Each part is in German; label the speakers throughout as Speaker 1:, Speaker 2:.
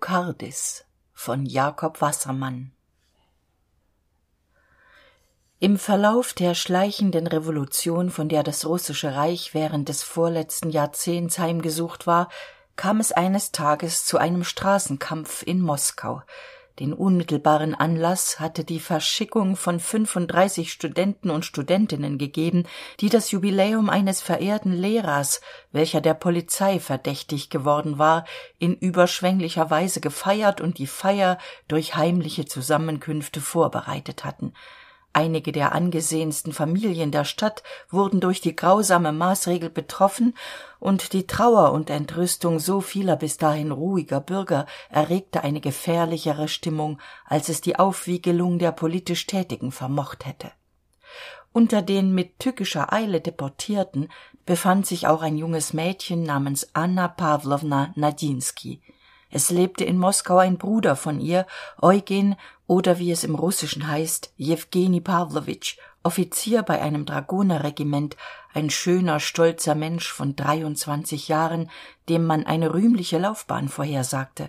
Speaker 1: Lyokardis von Jakob Wassermann. Im Verlauf der schleichenden Revolution, von der das russische Reich während des vorletzten Jahrzehnts heimgesucht war, kam es eines Tages zu einem Straßenkampf in Moskau. Den unmittelbaren Anlass hatte die Verschickung von 35 Studenten und Studentinnen gegeben, die das Jubiläum eines verehrten Lehrers, welcher der Polizei verdächtig geworden war, in überschwänglicher Weise gefeiert und die Feier durch heimliche Zusammenkünfte vorbereitet hatten. Einige der angesehensten Familien der Stadt wurden durch die grausame Maßregel betroffen, und die Trauer und Entrüstung so vieler bis dahin ruhiger Bürger erregte eine gefährlichere Stimmung, als es die Aufwiegelung der politisch Tätigen vermocht hätte. Unter den mit tückischer Eile Deportierten befand sich auch ein junges Mädchen namens Anna Pawlowna Nadinsky. Es lebte in Moskau ein Bruder von ihr, Eugen, oder wie es im Russischen heißt, Jewgeni Pawlowitsch, Offizier bei einem Dragonerregiment, ein schöner, stolzer Mensch von 23 Jahren, dem man eine rühmliche Laufbahn vorhersagte.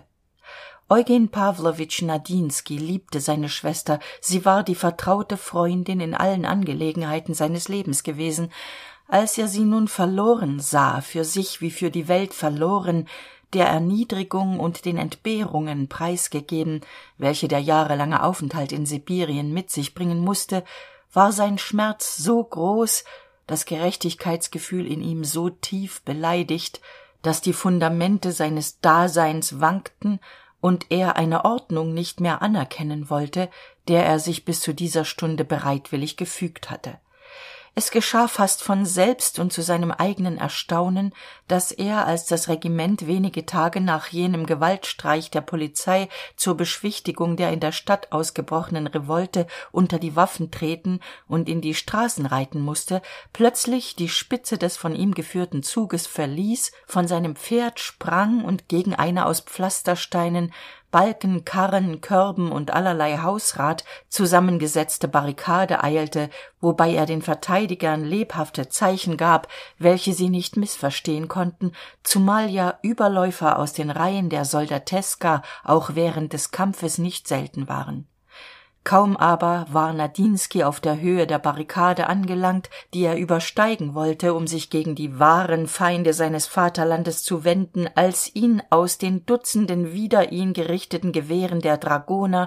Speaker 1: Eugen Pawlowitsch Nadinsky liebte seine Schwester, sie war die vertraute Freundin in allen Angelegenheiten seines Lebens gewesen. Als er sie nun verloren sah, für sich wie für die Welt verloren, der Erniedrigung und den Entbehrungen preisgegeben, welche der jahrelange Aufenthalt in Sibirien mit sich bringen musste, war sein Schmerz so groß, das Gerechtigkeitsgefühl in ihm so tief beleidigt, dass die Fundamente seines Daseins wankten und er eine Ordnung nicht mehr anerkennen wollte, der er sich bis zu dieser Stunde bereitwillig gefügt hatte. Es geschah fast von selbst und zu seinem eigenen Erstaunen, dass er, als das Regiment wenige Tage nach jenem Gewaltstreich der Polizei zur Beschwichtigung der in der Stadt ausgebrochenen Revolte unter die Waffen treten und in die Straßen reiten musste, plötzlich die Spitze des von ihm geführten Zuges verließ, von seinem Pferd sprang und gegen eine aus Pflastersteinen, Balken, Karren, Körben und allerlei Hausrat zusammengesetzte Barrikade eilte, wobei er den Verteidigern lebhafte Zeichen gab, welche sie nicht missverstehen konnten, zumal ja Überläufer aus den Reihen der Soldateska auch während des Kampfes nicht selten waren. Kaum aber war Nadinsky auf der Höhe der Barrikade angelangt, die er übersteigen wollte, um sich gegen die wahren Feinde seines Vaterlandes zu wenden, als ihn aus den Dutzenden wider ihn gerichteten Gewehren der Dragoner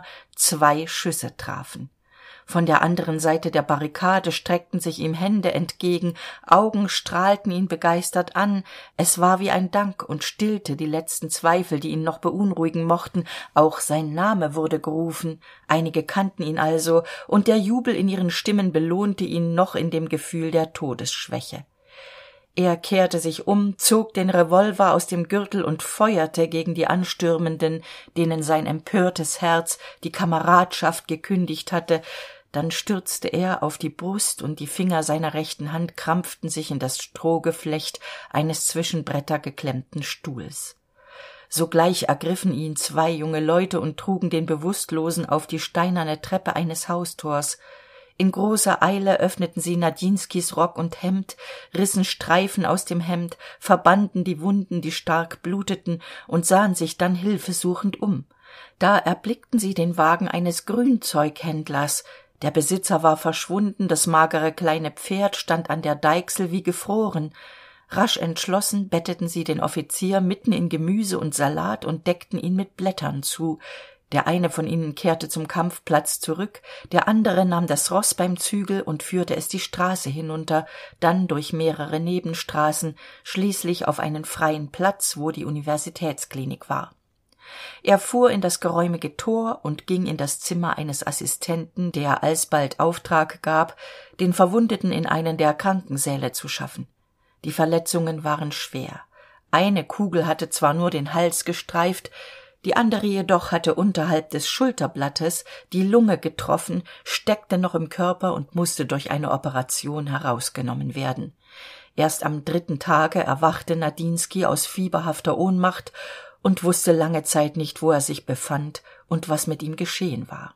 Speaker 1: 2 Schüsse trafen. Von der anderen Seite der Barrikade streckten sich ihm Hände entgegen, Augen strahlten ihn begeistert an, es war wie ein Dank und stillte die letzten Zweifel, die ihn noch beunruhigen mochten, auch sein Name wurde gerufen, einige kannten ihn also, und der Jubel in ihren Stimmen belohnte ihn noch in dem Gefühl der Todesschwäche. Er kehrte sich um, zog den Revolver aus dem Gürtel und feuerte gegen die Anstürmenden, denen sein empörtes Herz die Kameradschaft gekündigt hatte. Dann stürzte er auf die Brust, und die Finger seiner rechten Hand krampften sich in das Strohgeflecht eines zwischen Bretter geklemmten Stuhls. Sogleich ergriffen ihn 2 junge Leute und trugen den Bewusstlosen auf die steinerne Treppe eines Haustors. In großer Eile öffneten sie Nadinskys Rock und Hemd, rissen Streifen aus dem Hemd, verbanden die Wunden, die stark bluteten, und sahen sich dann hilfesuchend um. Da erblickten sie den Wagen eines Grünzeughändlers. Der Besitzer war verschwunden, das magere kleine Pferd stand an der Deichsel wie gefroren. Rasch entschlossen betteten sie den Offizier mitten in Gemüse und Salat und deckten ihn mit Blättern zu. Der eine von ihnen kehrte zum Kampfplatz zurück, der andere nahm das Ross beim Zügel und führte es die Straße hinunter, dann durch mehrere Nebenstraßen, schließlich auf einen freien Platz, wo die Universitätsklinik war. Er fuhr in das geräumige Tor und ging in das Zimmer eines Assistenten, der alsbald Auftrag gab, den Verwundeten in einen der Krankensäle zu schaffen. Die Verletzungen waren schwer. Eine Kugel hatte zwar nur den Hals gestreift, die andere jedoch hatte unterhalb des Schulterblattes die Lunge getroffen, steckte noch im Körper und musste durch eine Operation herausgenommen werden. Erst am 3. Tage erwachte Nadinsky aus fieberhafter Ohnmacht und wusste lange Zeit nicht, wo er sich befand und was mit ihm geschehen war.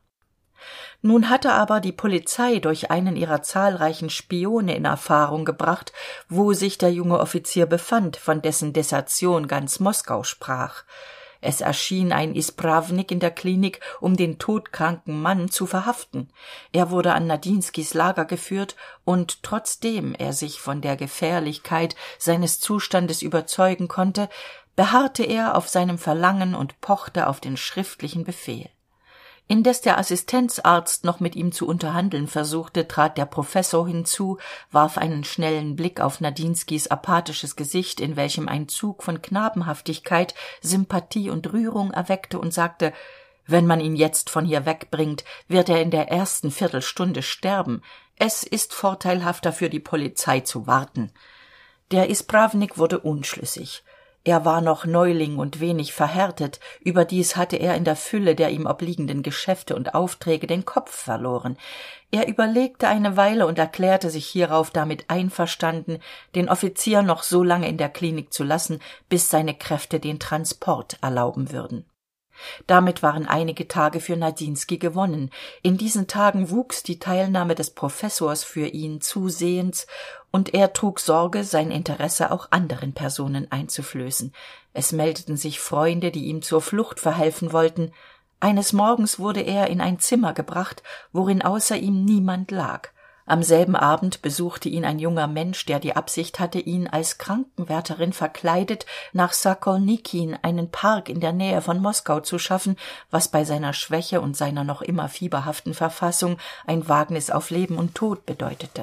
Speaker 1: Nun hatte aber die Polizei durch einen ihrer zahlreichen Spione in Erfahrung gebracht, wo sich der junge Offizier befand, von dessen Desertion ganz Moskau sprach. Es erschien ein Ispravnik in der Klinik, um den todkranken Mann zu verhaften. Er wurde an Nadinskis Lager geführt, und trotzdem er sich von der Gefährlichkeit seines Zustandes überzeugen konnte, beharrte er auf seinem Verlangen und pochte auf den schriftlichen Befehl. Indes der Assistenzarzt noch mit ihm zu unterhandeln versuchte, trat der Professor hinzu, warf einen schnellen Blick auf Nadinskis apathisches Gesicht, in welchem ein Zug von Knabenhaftigkeit, Sympathie und Rührung erweckte, und sagte: »Wenn man ihn jetzt von hier wegbringt, wird er in der ersten Viertelstunde sterben. Es ist vorteilhafter für die Polizei zu warten.« Der Ispravnik wurde unschlüssig. Er war noch Neuling und wenig verhärtet, überdies hatte er in der Fülle der ihm obliegenden Geschäfte und Aufträge den Kopf verloren. Er überlegte eine Weile und erklärte sich hierauf damit einverstanden, den Offizier noch so lange in der Klinik zu lassen, bis seine Kräfte den Transport erlauben würden. Damit waren einige Tage für Nadinsky gewonnen. In diesen Tagen wuchs die Teilnahme des Professors für ihn zusehends, und er trug Sorge, sein Interesse auch anderen Personen einzuflößen. Es meldeten sich Freunde, die ihm zur Flucht verhelfen wollten. Eines Morgens wurde er in ein Zimmer gebracht, worin außer ihm niemand lag. Am selben Abend besuchte ihn ein junger Mensch, der die Absicht hatte, ihn als Krankenwärterin verkleidet nach Sokolnikin, einen Park in der Nähe von Moskau, zu schaffen, was bei seiner Schwäche und seiner noch immer fieberhaften Verfassung ein Wagnis auf Leben und Tod bedeutete.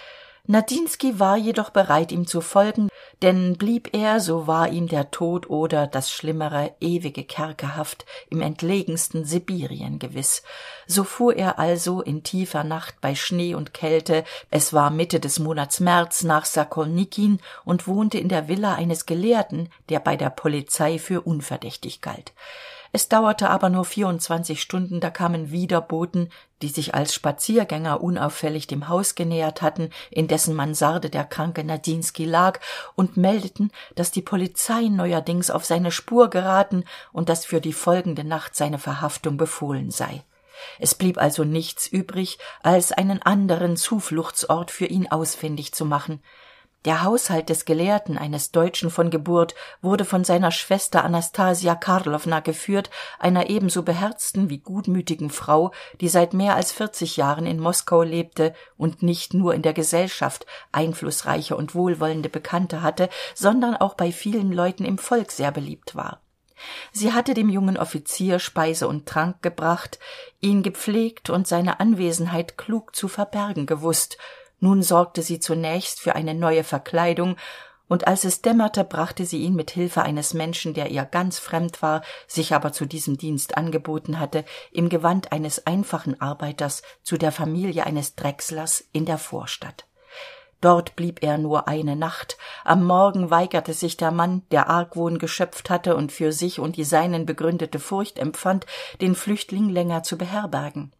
Speaker 1: Nadinsky war jedoch bereit, ihm zu folgen, denn blieb er, so war ihm der Tod oder das schlimmere, ewige Kerkerhaft im entlegensten Sibirien gewiss. So fuhr er also in tiefer Nacht bei Schnee und Kälte, es war Mitte des Monats März, nach Sokolnikin und wohnte in der Villa eines Gelehrten, der bei der Polizei für unverdächtig galt. Es dauerte aber nur 24 Stunden, da kamen wieder Boten, die sich als Spaziergänger unauffällig dem Haus genähert hatten, in dessen Mansarde der kranke Nadinsky lag, und meldeten, dass die Polizei neuerdings auf seine Spur geraten und dass für die folgende Nacht seine Verhaftung befohlen sei. Es blieb also nichts übrig, als einen anderen Zufluchtsort für ihn ausfindig zu machen. Der Haushalt des Gelehrten, eines Deutschen von Geburt, wurde von seiner Schwester Anastasia Karlowna geführt, einer ebenso beherzten wie gutmütigen Frau, die seit mehr als 40 Jahren in Moskau lebte und nicht nur in der Gesellschaft einflussreiche und wohlwollende Bekannte hatte, sondern auch bei vielen Leuten im Volk sehr beliebt war. Sie hatte dem jungen Offizier Speise und Trank gebracht, ihn gepflegt und seine Anwesenheit klug zu verbergen gewusst. Nun sorgte sie zunächst für eine neue Verkleidung, und als es dämmerte, brachte sie ihn mit Hilfe eines Menschen, der ihr ganz fremd war, sich aber zu diesem Dienst angeboten hatte, im Gewand eines einfachen Arbeiters zu der Familie eines Drechslers in der Vorstadt. Dort blieb er nur eine Nacht. Am Morgen weigerte sich der Mann, der Argwohn geschöpft hatte und für sich und die Seinen begründete Furcht empfand, den Flüchtling länger zu beherbergen.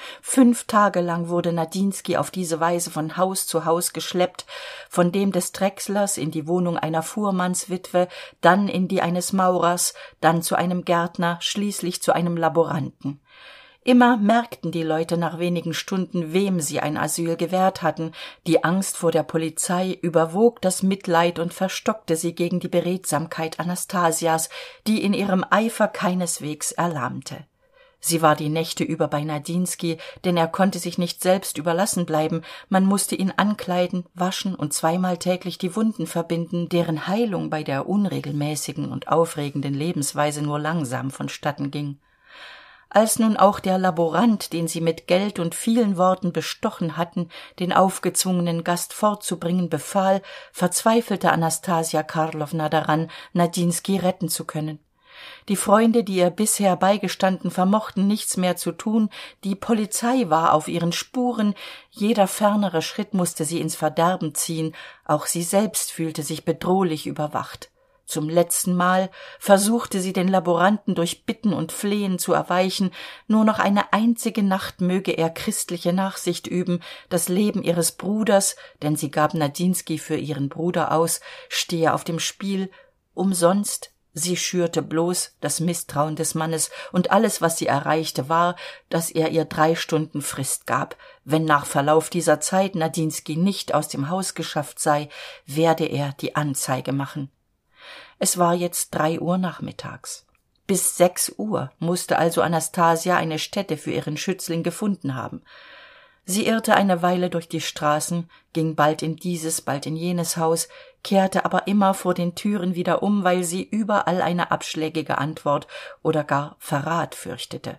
Speaker 1: 5 Tage lang wurde Nadinsky auf diese Weise von Haus zu Haus geschleppt, von dem des Drechslers in die Wohnung einer Fuhrmannswitwe, dann in die eines Maurers, dann zu einem Gärtner, schließlich zu einem Laboranten. Immer merkten die Leute nach wenigen Stunden, wem sie ein Asyl gewährt hatten. Die Angst vor der Polizei überwog das Mitleid und verstockte sie gegen die Beredsamkeit Anastasias, die in ihrem Eifer keineswegs erlahmte. Sie war die Nächte über bei Nadinsky, denn er konnte sich nicht selbst überlassen bleiben, man musste ihn ankleiden, waschen und 2-mal täglich die Wunden verbinden, deren Heilung bei der unregelmäßigen und aufregenden Lebensweise nur langsam vonstatten ging. Als nun auch der Laborant, den sie mit Geld und vielen Worten bestochen hatten, den aufgezwungenen Gast fortzubringen befahl, verzweifelte Anastasia Karlowna daran, Nadinsky retten zu können. Die Freunde, die ihr bisher beigestanden, vermochten nichts mehr zu tun, die Polizei war auf ihren Spuren, jeder fernere Schritt musste sie ins Verderben ziehen, auch sie selbst fühlte sich bedrohlich überwacht. Zum letzten Mal versuchte sie den Laboranten durch Bitten und Flehen zu erweichen, nur noch eine einzige Nacht möge er christliche Nachsicht üben, das Leben ihres Bruders, denn sie gab Nadinsky für ihren Bruder aus, stehe auf dem Spiel. Umsonst. Sie schürte bloß das Misstrauen des Mannes, und alles, was sie erreichte, war, dass er ihr 3 Stunden Frist gab. Wenn nach Verlauf dieser Zeit Nadinsky nicht aus dem Haus geschafft sei, werde er die Anzeige machen. Es war jetzt 3 Uhr nachmittags. Bis 6 Uhr mußte also Anastasia eine Stätte für ihren Schützling gefunden haben. Sie irrte eine Weile durch die Straßen, ging bald in dieses, bald in jenes Haus, kehrte aber immer vor den Türen wieder um, weil sie überall eine abschlägige Antwort oder gar Verrat fürchtete.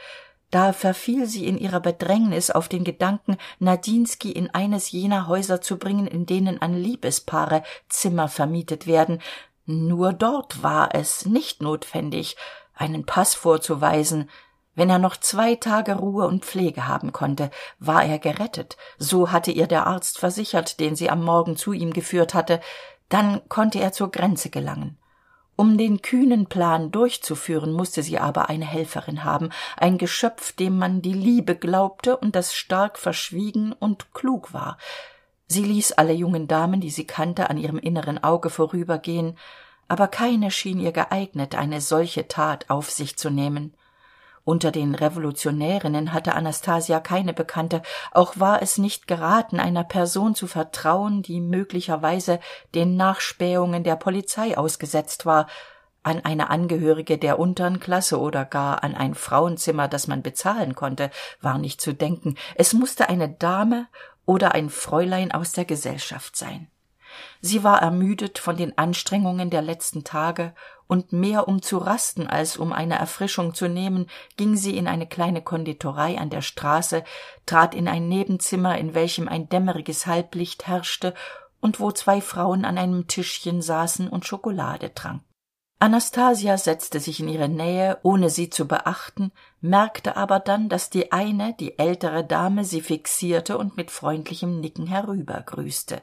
Speaker 1: Da verfiel sie in ihrer Bedrängnis auf den Gedanken, Nadinsky in eines jener Häuser zu bringen, in denen an Liebespaare Zimmer vermietet werden. Nur dort war es nicht notwendig, einen Pass vorzuweisen. Wenn er noch 2 Tage Ruhe und Pflege haben konnte, war er gerettet, so hatte ihr der Arzt versichert, den sie am Morgen zu ihm geführt hatte, dann konnte er zur Grenze gelangen. Um den kühnen Plan durchzuführen, musste sie aber eine Helferin haben, ein Geschöpf, dem man die Liebe glaubte und das stark verschwiegen und klug war. Sie ließ alle jungen Damen, die sie kannte, an ihrem inneren Auge vorübergehen, aber keine schien ihr geeignet, eine solche Tat auf sich zu nehmen. Unter den Revolutionärinnen hatte Anastasia keine Bekannte, auch war es nicht geraten, einer Person zu vertrauen, die möglicherweise den Nachspähungen der Polizei ausgesetzt war, an eine Angehörige der unteren Klasse oder gar an ein Frauenzimmer, das man bezahlen konnte, war nicht zu denken. Es musste eine Dame oder ein Fräulein aus der Gesellschaft sein. Sie war ermüdet von den Anstrengungen der letzten Tage, und mehr um zu rasten als um eine Erfrischung zu nehmen, ging sie in eine kleine Konditorei an der Straße, trat in ein Nebenzimmer, in welchem ein dämmeriges Halblicht herrschte und wo 2 Frauen an einem Tischchen saßen und Schokolade tranken. Anastasia setzte sich in ihre Nähe, ohne sie zu beachten, merkte aber dann, dass die eine, die ältere Dame, sie fixierte und mit freundlichem Nicken herübergrüßte.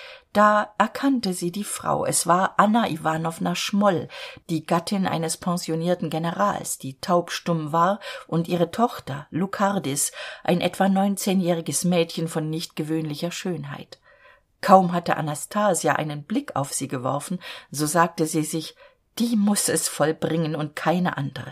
Speaker 1: Da erkannte sie die Frau. Es war Anna Iwanowna Schmoll, die Gattin eines pensionierten Generals, die taubstumm war, und ihre Tochter, Lukardis, ein etwa 19-jähriges Mädchen von nicht gewöhnlicher Schönheit. Kaum hatte Anastasia einen Blick auf sie geworfen, so sagte sie sich, die muß es vollbringen und keine andere.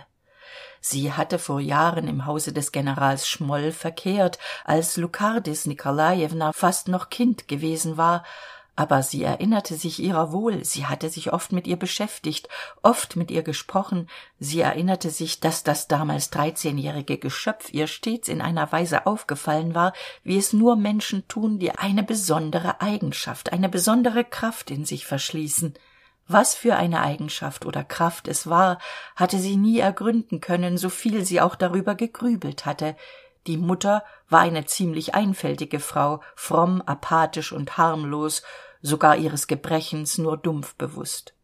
Speaker 1: Sie hatte vor Jahren im Hause des Generals Schmoll verkehrt, als Lukardis Nikolajewna fast noch Kind gewesen war, aber sie erinnerte sich ihrer wohl, sie hatte sich oft mit ihr beschäftigt, oft mit ihr gesprochen, sie erinnerte sich, dass das damals 13-jährige Geschöpf ihr stets in einer Weise aufgefallen war, wie es nur Menschen tun, die eine besondere Eigenschaft, eine besondere Kraft in sich verschließen. Was für eine Eigenschaft oder Kraft es war, hatte sie nie ergründen können, so viel sie auch darüber gegrübelt hatte. Die Mutter war eine ziemlich einfältige Frau, fromm, apathisch und harmlos, sogar ihres Gebrechens nur dumpf bewusst.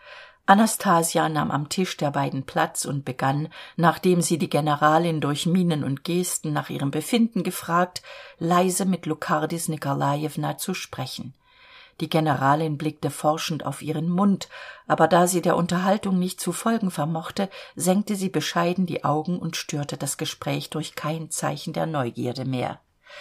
Speaker 1: Anastasia nahm am Tisch der beiden Platz und begann, nachdem sie die Generalin durch Mienen und Gesten nach ihrem Befinden gefragt, leise mit Lukardis Nikolajewna zu sprechen. Die Generalin blickte forschend auf ihren Mund, aber da sie der Unterhaltung nicht zu folgen vermochte, senkte sie bescheiden die Augen und störte das Gespräch durch kein Zeichen der Neugierde mehr.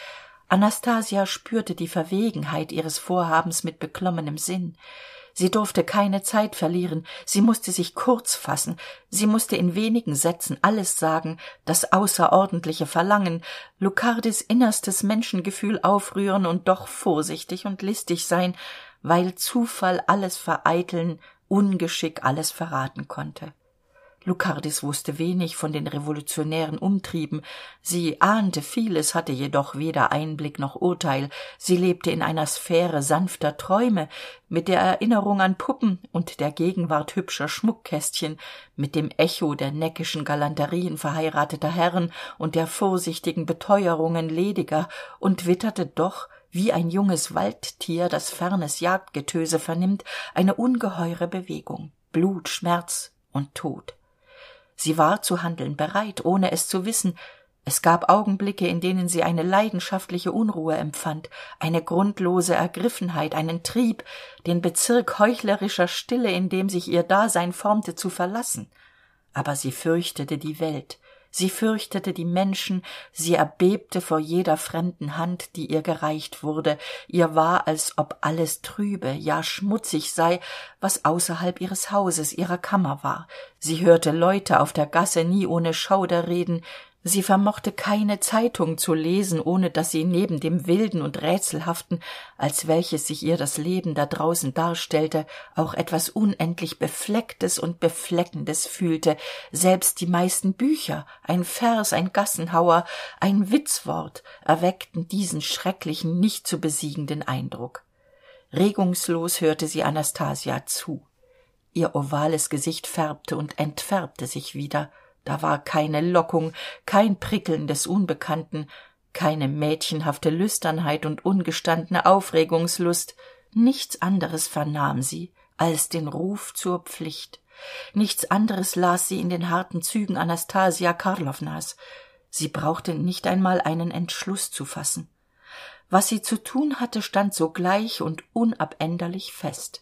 Speaker 1: Anastasia spürte die Verwegenheit ihres Vorhabens mit beklommenem Sinn. Sie durfte keine Zeit verlieren, sie musste sich kurz fassen, sie musste in wenigen Sätzen alles sagen, das außerordentliche Verlangen, Lukardis innerstes Menschengefühl aufrühren und doch vorsichtig und listig sein, weil Zufall alles vereiteln, Ungeschick alles verraten konnte. Lukardis wusste wenig von den revolutionären Umtrieben, sie ahnte vieles, hatte jedoch weder Einblick noch Urteil, sie lebte in einer Sphäre sanfter Träume, mit der Erinnerung an Puppen und der Gegenwart hübscher Schmuckkästchen, mit dem Echo der neckischen Galanterien verheirateter Herren und der vorsichtigen Beteuerungen lediger und witterte doch, wie ein junges Waldtier, das fernes Jagdgetöse vernimmt, eine ungeheure Bewegung, Blut, Schmerz und Tod. Sie war zu handeln bereit, ohne es zu wissen. Es gab Augenblicke, in denen sie eine leidenschaftliche Unruhe empfand, eine grundlose Ergriffenheit, einen Trieb, den Bezirk heuchlerischer Stille, in dem sich ihr Dasein formte, zu verlassen. Aber sie fürchtete die Welt, sie fürchtete die Menschen, sie erbebte vor jeder fremden Hand, die ihr gereicht wurde. Ihr war, als ob alles trübe, ja schmutzig sei, was außerhalb ihres Hauses, ihrer Kammer war. Sie hörte Leute auf der Gasse nie ohne Schauder reden. Sie vermochte keine Zeitung zu lesen, ohne dass sie neben dem Wilden und Rätselhaften, als welches sich ihr das Leben da draußen darstellte, auch etwas unendlich Beflecktes und Befleckendes fühlte. Selbst die meisten Bücher, ein Vers, ein Gassenhauer, ein Witzwort, erweckten diesen schrecklichen, nicht zu besiegenden Eindruck. Regungslos hörte sie Anastasia zu. Ihr ovales Gesicht färbte und entfärbte sich wieder. Da war keine Lockung, kein Prickeln des Unbekannten, keine mädchenhafte Lüsternheit und ungestandene Aufregungslust. Nichts anderes vernahm sie als den Ruf zur Pflicht. Nichts anderes las sie in den harten Zügen Anastasia Karlownas. Sie brauchte nicht einmal einen Entschluss zu fassen. Was sie zu tun hatte, stand sogleich und unabänderlich fest.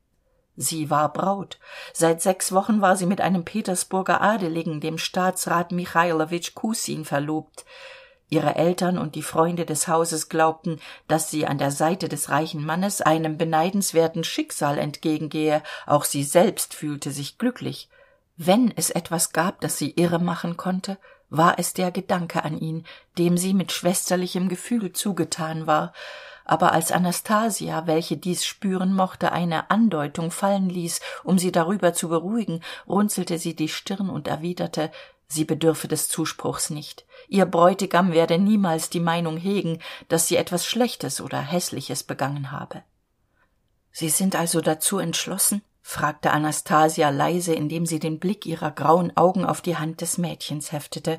Speaker 1: Sie war Braut. Seit 6 Wochen war sie mit einem Petersburger Adeligen, dem Staatsrat Michailowitsch Kusin, verlobt. Ihre Eltern und die Freunde des Hauses glaubten, dass sie an der Seite des reichen Mannes einem beneidenswerten Schicksal entgegengehe. Auch sie selbst fühlte sich glücklich. Wenn es etwas gab, das sie irre machen konnte, war es der Gedanke an ihn, dem sie mit schwesterlichem Gefühl zugetan war. Aber als Anastasia, welche dies spüren mochte, eine Andeutung fallen ließ, um sie darüber zu beruhigen, runzelte sie die Stirn und erwiderte, sie bedürfe des Zuspruchs nicht. Ihr Bräutigam werde niemals die Meinung hegen, dass sie etwas Schlechtes oder Hässliches begangen habe. »Sie sind also dazu entschlossen?« fragte Anastasia leise, indem sie den Blick ihrer grauen Augen auf die Hand des Mädchens heftete.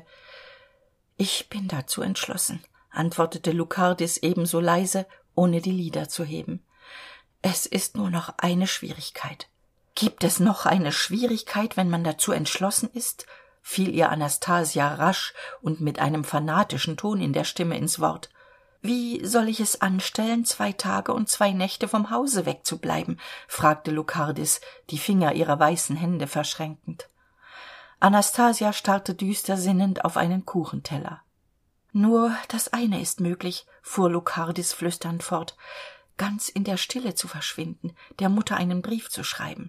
Speaker 1: »Ich bin dazu entschlossen«, antwortete Lukardis ebenso leise, ohne die Lider zu heben. »Es ist nur noch eine Schwierigkeit.« »Gibt es noch eine Schwierigkeit, wenn man dazu entschlossen ist?« fiel ihr Anastasia rasch und mit einem fanatischen Ton in der Stimme ins Wort. »Wie soll ich es anstellen, 2 Tage und 2 Nächte vom Hause wegzubleiben?« fragte Lukardis, die Finger ihrer weißen Hände verschränkend. Anastasia starrte düster sinnend auf einen Kuchenteller. »Nur das eine ist möglich«, fuhr Lukardis flüsternd fort, »ganz in der Stille zu verschwinden, der Mutter einen Brief zu schreiben.«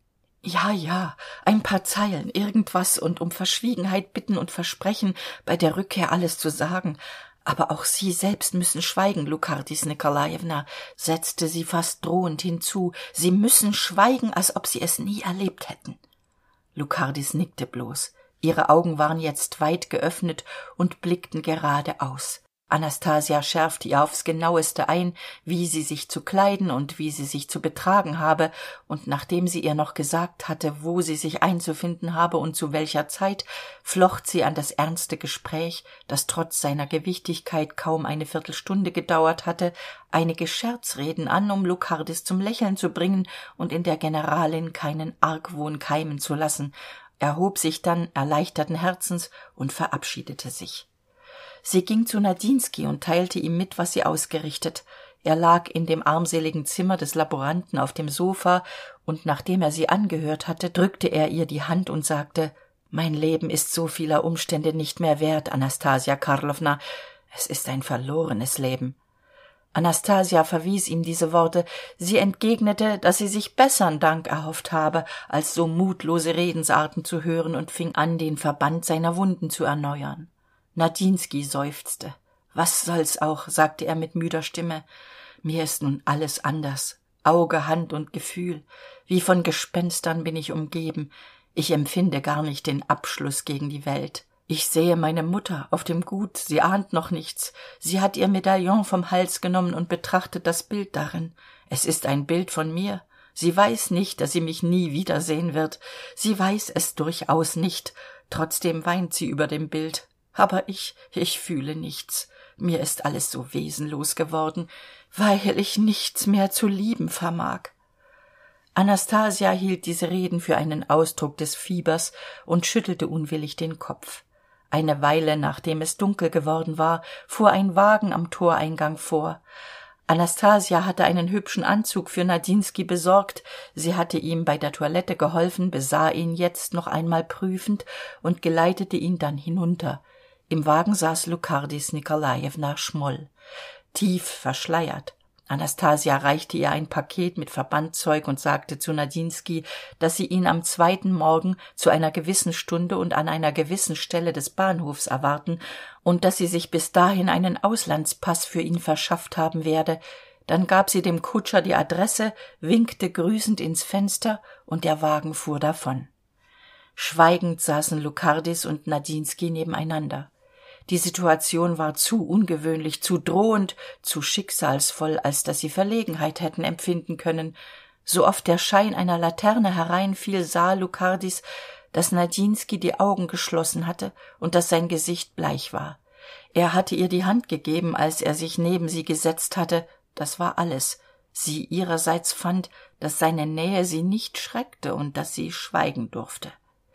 Speaker 1: »Ja, ein paar Zeilen, irgendwas, und um Verschwiegenheit bitten und versprechen, bei der Rückkehr alles zu sagen. Aber auch Sie selbst müssen schweigen, Lukardis Nikolajewna«, setzte sie fast drohend hinzu, »Sie müssen schweigen, als ob Sie es nie erlebt hätten.« Lukardis nickte bloß. Ihre Augen waren jetzt weit geöffnet und blickten geradeaus. Anastasia schärfte ihr aufs Genaueste ein, wie sie sich zu kleiden und wie sie sich zu betragen habe, und nachdem sie ihr noch gesagt hatte, wo sie sich einzufinden habe und zu welcher Zeit, flocht sie an das ernste Gespräch, das trotz seiner Gewichtigkeit kaum eine Viertelstunde gedauert hatte, einige Scherzreden an, um Lukardis zum Lächeln zu bringen und in der Generalin keinen Argwohn keimen zu lassen, erhob sich dann erleichterten Herzens und verabschiedete sich. Sie ging zu Nadinsky und teilte ihm mit, was sie ausgerichtet. Er lag in dem armseligen Zimmer des Laboranten auf dem Sofa, und nachdem er sie angehört hatte, drückte er ihr die Hand und sagte, »Mein Leben ist so vieler Umstände nicht mehr wert, Anastasia Karlowna. Es ist ein verlorenes Leben.« Anastasia verwies ihm diese Worte. Sie entgegnete, dass sie sich bessern Dank erhofft habe, als so mutlose Redensarten zu hören, und fing an, den Verband seiner Wunden zu erneuern. Nadinsky seufzte. »Was soll's auch«, sagte er mit müder Stimme. »Mir ist nun alles anders. Auge, Hand und Gefühl. Wie von Gespenstern bin ich umgeben. Ich empfinde gar nicht den Abschluss gegen die Welt. Ich sehe meine Mutter auf dem Gut, sie ahnt noch nichts. Sie hat ihr Medaillon vom Hals genommen und betrachtet das Bild darin. Es ist ein Bild von mir. Sie weiß nicht, dass sie mich nie wiedersehen wird. Sie weiß es durchaus nicht. Trotzdem weint sie über dem Bild. Aber ich fühle nichts. Mir ist alles so wesenlos geworden, weil ich nichts mehr zu lieben vermag.« Anastasia hielt diese Reden für einen Ausdruck des Fiebers und schüttelte unwillig den Kopf. Eine Weile, nachdem es dunkel geworden war, fuhr ein Wagen am Toreingang vor. Anastasia hatte einen hübschen Anzug für Nadinsky besorgt, sie hatte ihm bei der Toilette geholfen, besah ihn jetzt noch einmal prüfend und geleitete ihn dann hinunter. Im Wagen saß Lukardis Nikolajewna Schmoll, tief verschleiert. Anastasia reichte ihr ein Paket mit Verbandzeug und sagte zu Nadinsky, dass sie ihn am 2. Morgen zu einer gewissen Stunde und an einer gewissen Stelle des Bahnhofs erwarten und dass sie sich bis dahin einen Auslandspass für ihn verschafft haben werde. Dann gab sie dem Kutscher die Adresse, winkte grüßend ins Fenster und der Wagen fuhr davon. Schweigend saßen Lukardis und Nadinsky nebeneinander. Die Situation war zu ungewöhnlich, zu drohend, zu schicksalsvoll, als dass sie Verlegenheit hätten empfinden können. So oft der Schein einer Laterne hereinfiel, sah Lukardis, dass Nadinsky die Augen geschlossen hatte und dass sein Gesicht bleich war. Er hatte ihr die Hand gegeben, als er sich neben sie gesetzt hatte, das war alles. Sie ihrerseits fand, dass seine Nähe sie nicht schreckte und dass sie schweigen durfte.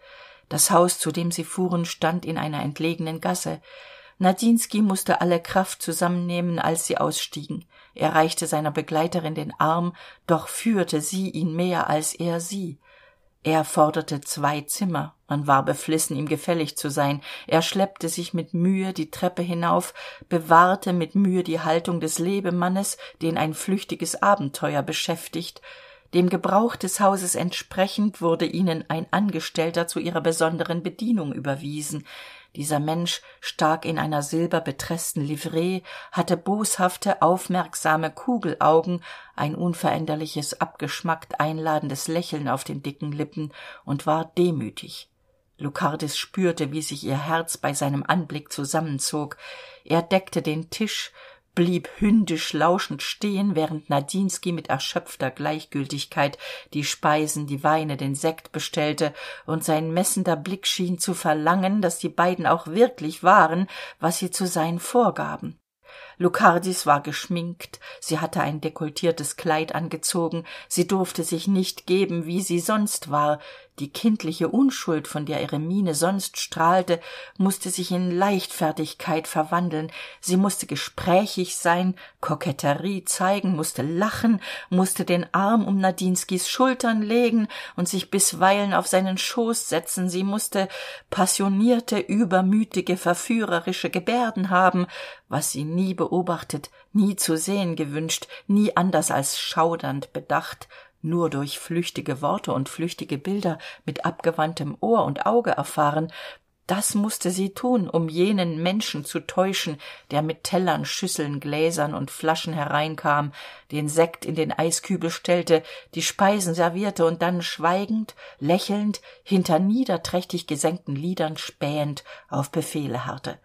Speaker 1: Das Haus, zu dem sie fuhren, stand in einer entlegenen Gasse. Nadinsky musste alle Kraft zusammennehmen, als sie ausstiegen. Er reichte seiner Begleiterin den Arm, doch führte sie ihn mehr als er sie. Er forderte 2 Zimmer, man war beflissen, ihm gefällig zu sein. Er schleppte sich mit Mühe die Treppe hinauf, bewahrte mit Mühe die Haltung des Lebemannes, den ein flüchtiges Abenteuer beschäftigt. Dem Gebrauch des Hauses entsprechend wurde ihnen ein Angestellter zu ihrer besonderen Bedienung überwiesen. Dieser Mensch stak in einer silberbetreßten Livree, hatte boshafte, aufmerksame Kugelaugen, ein unveränderliches, abgeschmackt einladendes Lächeln auf den dicken Lippen und war demütig. Lukardis spürte, wie sich ihr Herz bei seinem Anblick zusammenzog. Er deckte den Tisch, blieb hündisch lauschend stehen, während Nadinsky mit erschöpfter Gleichgültigkeit die Speisen, die Weine, den Sekt bestellte, und sein messender Blick schien zu verlangen, dass die beiden auch wirklich waren, was sie zu sein vorgaben. Lukardis war geschminkt, sie hatte ein dekolletiertes Kleid angezogen, sie durfte sich nicht geben, wie sie sonst war. Die kindliche Unschuld, von der ihre Miene sonst strahlte, musste sich in Leichtfertigkeit verwandeln, sie musste gesprächig sein, Koketterie zeigen, musste lachen, musste den Arm um Nadinskys Schultern legen und sich bisweilen auf seinen Schoß setzen, sie musste passionierte, übermütige, verführerische Gebärden haben, was sie nie beobachtet, nie zu sehen gewünscht, nie anders als schaudernd bedacht, nur durch flüchtige Worte und flüchtige Bilder mit abgewandtem Ohr und Auge erfahren. Das musste sie tun, um jenen Menschen zu täuschen, der mit Tellern, Schüsseln, Gläsern und Flaschen hereinkam, den Sekt in den Eiskübel stellte, die Speisen servierte und dann schweigend, lächelnd, hinter niederträchtig gesenkten Lidern spähend auf Befehle harrte.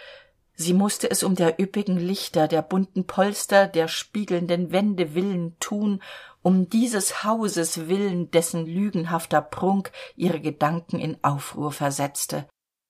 Speaker 1: Sie musste es um der üppigen Lichter, der bunten Polster, der spiegelnden Wände willen tun, um dieses Hauses willen, dessen lügenhafter Prunk ihre Gedanken in Aufruhr versetzte.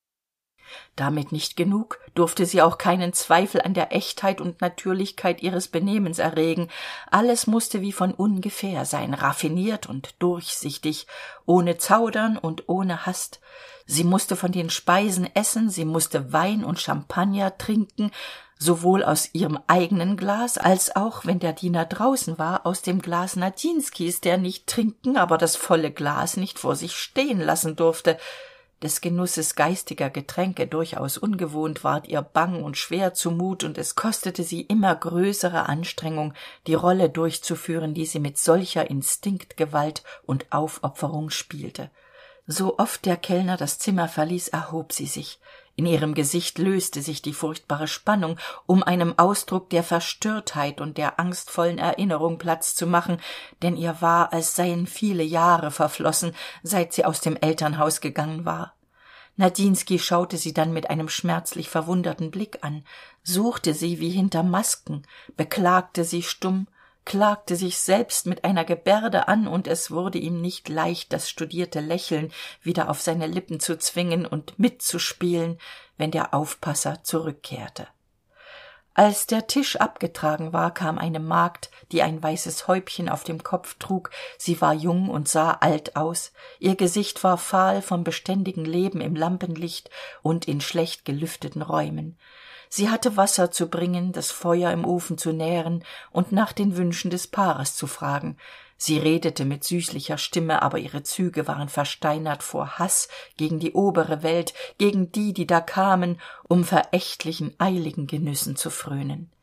Speaker 1: Damit nicht genug, durfte sie auch keinen Zweifel an der Echtheit und Natürlichkeit ihres Benehmens erregen. Alles musste wie von ungefähr sein, raffiniert und durchsichtig, ohne Zaudern und ohne Hast. Sie musste von den Speisen essen, sie musste Wein und Champagner trinken, sowohl aus ihrem eigenen Glas, als auch, wenn der Diener draußen war, aus dem Glas Nadinskys, der nicht trinken, aber das volle Glas nicht vor sich stehen lassen durfte. Des Genusses geistiger Getränke durchaus ungewohnt, ward ihr bang und schwer zumut, und es kostete sie immer größere Anstrengung, die Rolle durchzuführen, die sie mit solcher Instinktgewalt und Aufopferung spielte. So oft der Kellner das Zimmer verließ, erhob sie sich. In ihrem Gesicht löste sich die furchtbare Spannung, um einem Ausdruck der Verstörtheit und der angstvollen Erinnerung Platz zu machen, denn ihr war, als seien viele Jahre verflossen, seit sie aus dem Elternhaus gegangen war. Nadinsky schaute sie dann mit einem schmerzlich verwunderten Blick an, suchte sie wie hinter Masken, beklagte sie stumm, klagte sich selbst mit einer Gebärde an, und es wurde ihm nicht leicht, das studierte Lächeln wieder auf seine Lippen zu zwingen und mitzuspielen, wenn der Aufpasser zurückkehrte. Als der Tisch abgetragen war, kam eine Magd, die ein weißes Häubchen auf dem Kopf trug. Sie war jung und sah alt aus. Ihr Gesicht war fahl vom beständigen Leben im Lampenlicht und in schlecht gelüfteten Räumen. Sie hatte Wasser zu bringen, das Feuer im Ofen zu nähren und nach den Wünschen des Paares zu fragen. Sie redete mit süßlicher Stimme, aber ihre Züge waren versteinert vor Hass gegen die obere Welt, gegen die, die da kamen, um verächtlichen, eiligen Genüssen zu frönen.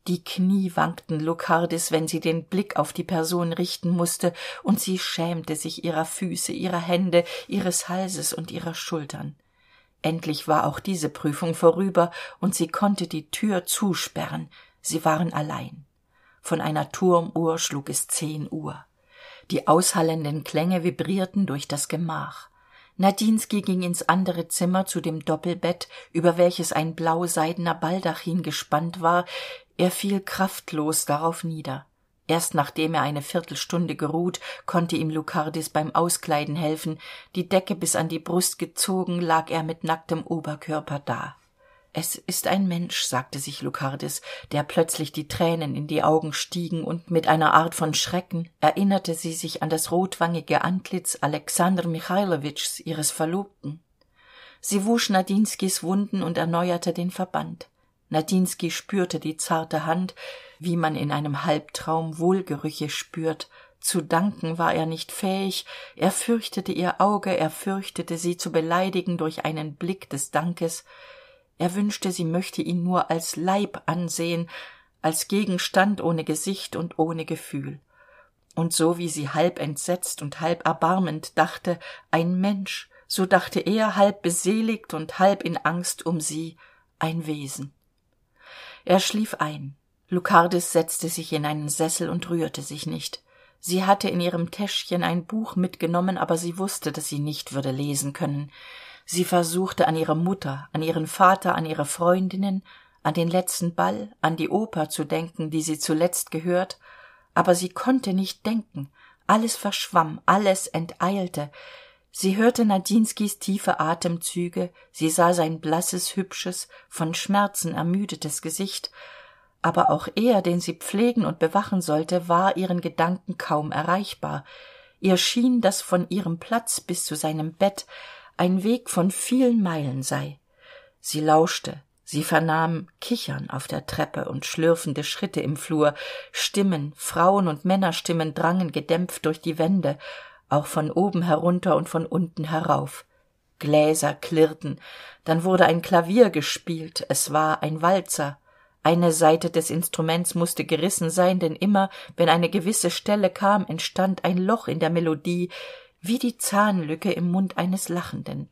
Speaker 1: Die Knie wankten Lucardis, wenn sie den Blick auf die Person richten mußte, und sie schämte sich ihrer Füße, ihrer Hände, ihres Halses und ihrer Schultern. Endlich war auch diese Prüfung vorüber, und sie konnte die Tür zusperren. Sie waren allein. Von einer Turmuhr schlug es 10 Uhr. Die aushallenden Klänge vibrierten durch das Gemach. Nadinsky ging ins andere Zimmer zu dem Doppelbett, über welches ein blau-seidener Baldachin gespannt war. Er fiel kraftlos darauf nieder. Erst nachdem er eine Viertelstunde geruht, konnte ihm Lucardis beim Auskleiden helfen. Die Decke bis an die Brust gezogen, lag er mit nacktem Oberkörper da. »Es ist ein Mensch«, sagte sich Lucardis, der plötzlich die Tränen in die Augen stiegen, und mit einer Art von Schrecken erinnerte sie sich an das rotwangige Antlitz Alexander Michailowitschs, ihres Verlobten. Sie wusch Nadinskys Wunden und erneuerte den Verband. Nadinsky spürte die zarte Hand, wie man in einem Halbtraum Wohlgerüche spürt. Zu danken war er nicht fähig, er fürchtete ihr Auge, er fürchtete, sie zu beleidigen durch einen Blick des Dankes. Er wünschte, sie möchte ihn nur als Leib ansehen, als Gegenstand ohne Gesicht und ohne Gefühl. Und so wie sie halb entsetzt und halb erbarmend dachte, ein Mensch, so dachte er, halb beseligt und halb in Angst um sie, ein Wesen. Er schlief ein. Lucardis setzte sich in einen Sessel und rührte sich nicht. Sie hatte in ihrem Täschchen ein Buch mitgenommen, aber sie wusste, dass sie nicht würde lesen können. Sie versuchte an ihre Mutter, an ihren Vater, an ihre Freundinnen, an den letzten Ball, an die Oper zu denken, die sie zuletzt gehört, aber sie konnte nicht denken, alles verschwamm, alles enteilte. Sie hörte Nadinskys tiefe Atemzüge, sie sah sein blasses, hübsches, von Schmerzen ermüdetes Gesicht, aber auch er, den sie pflegen und bewachen sollte, war ihren Gedanken kaum erreichbar. Ihr schien, dass von ihrem Platz bis zu seinem Bett ein Weg von vielen Meilen sei. Sie lauschte, sie vernahm Kichern auf der Treppe und schlürfende Schritte im Flur, Stimmen, Frauen- und Männerstimmen drangen gedämpft durch die Wände, auch von oben herunter und von unten herauf. Gläser klirrten, dann wurde ein Klavier gespielt, es war ein Walzer. Eine Saite des Instruments musste gerissen sein, denn immer, wenn eine gewisse Stelle kam, entstand ein Loch in der Melodie, wie die Zahnlücke im Mund eines Lachenden.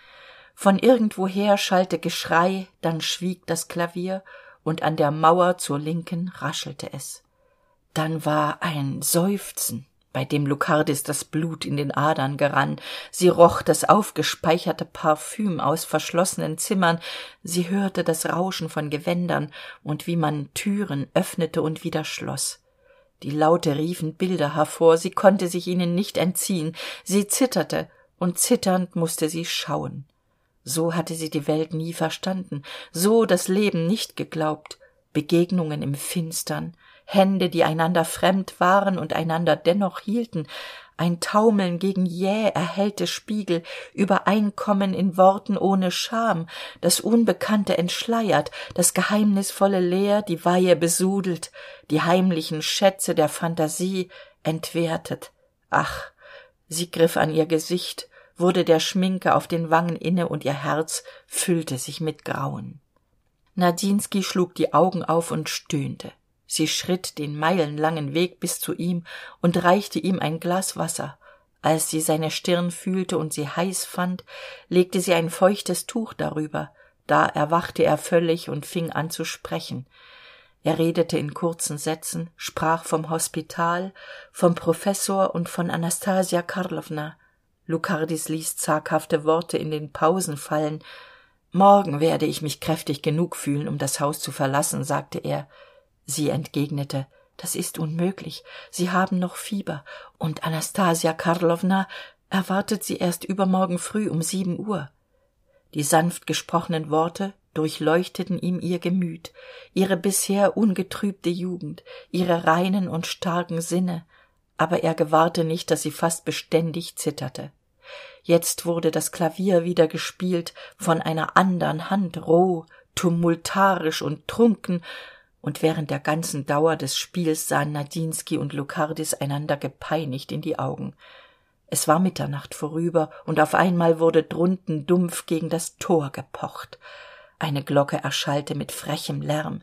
Speaker 1: Von irgendwoher schallte Geschrei, dann schwieg das Klavier, und an der Mauer zur Linken raschelte es. Dann war ein Seufzen, bei dem Lucardis das Blut in den Adern gerann. Sie roch das aufgespeicherte Parfüm aus verschlossenen Zimmern, sie hörte das Rauschen von Gewändern und wie man Türen öffnete und wieder schloss. Die Laute riefen Bilder hervor, sie konnte sich ihnen nicht entziehen, sie zitterte, und zitternd musste sie schauen. So hatte sie die Welt nie verstanden, so das Leben nicht geglaubt, Begegnungen im Finstern, Hände, die einander fremd waren und einander dennoch hielten, ein Taumeln gegen jäh erhellte Spiegel, Übereinkommen in Worten ohne Scham, das Unbekannte entschleiert, das geheimnisvolle Leer, die Weihe besudelt, die heimlichen Schätze der Phantasie entwertet. Ach, sie griff an ihr Gesicht, wurde der Schminke auf den Wangen inne, und ihr Herz füllte sich mit Grauen. Nadinsky schlug die Augen auf und stöhnte. Sie schritt den meilenlangen Weg bis zu ihm und reichte ihm ein Glas Wasser. Als sie seine Stirn fühlte und sie heiß fand, legte sie ein feuchtes Tuch darüber. Da erwachte er völlig und fing an zu sprechen. Er redete in kurzen Sätzen, sprach vom Hospital, vom Professor und von Anastasia Karlowna. Lucardis ließ zaghafte Worte in den Pausen fallen. »Morgen werde ich mich kräftig genug fühlen, um das Haus zu verlassen«, sagte er. Sie entgegnete, »Das ist unmöglich. Sie haben noch Fieber, und Anastasia Karlowna erwartet Sie erst übermorgen früh um 7 Uhr. Die sanft gesprochenen Worte durchleuchteten ihm ihr Gemüt, ihre bisher ungetrübte Jugend, ihre reinen und starken Sinne, aber er gewahrte nicht, dass sie fast beständig zitterte. Jetzt wurde das Klavier wieder gespielt, von einer andern Hand, roh, tumultarisch und trunken, und während der ganzen Dauer des Spiels sahen Nadinsky und Lucardis einander gepeinigt in die Augen. Es war Mitternacht vorüber, und auf einmal wurde drunten dumpf gegen das Tor gepocht. Eine Glocke erschallte mit frechem Lärm.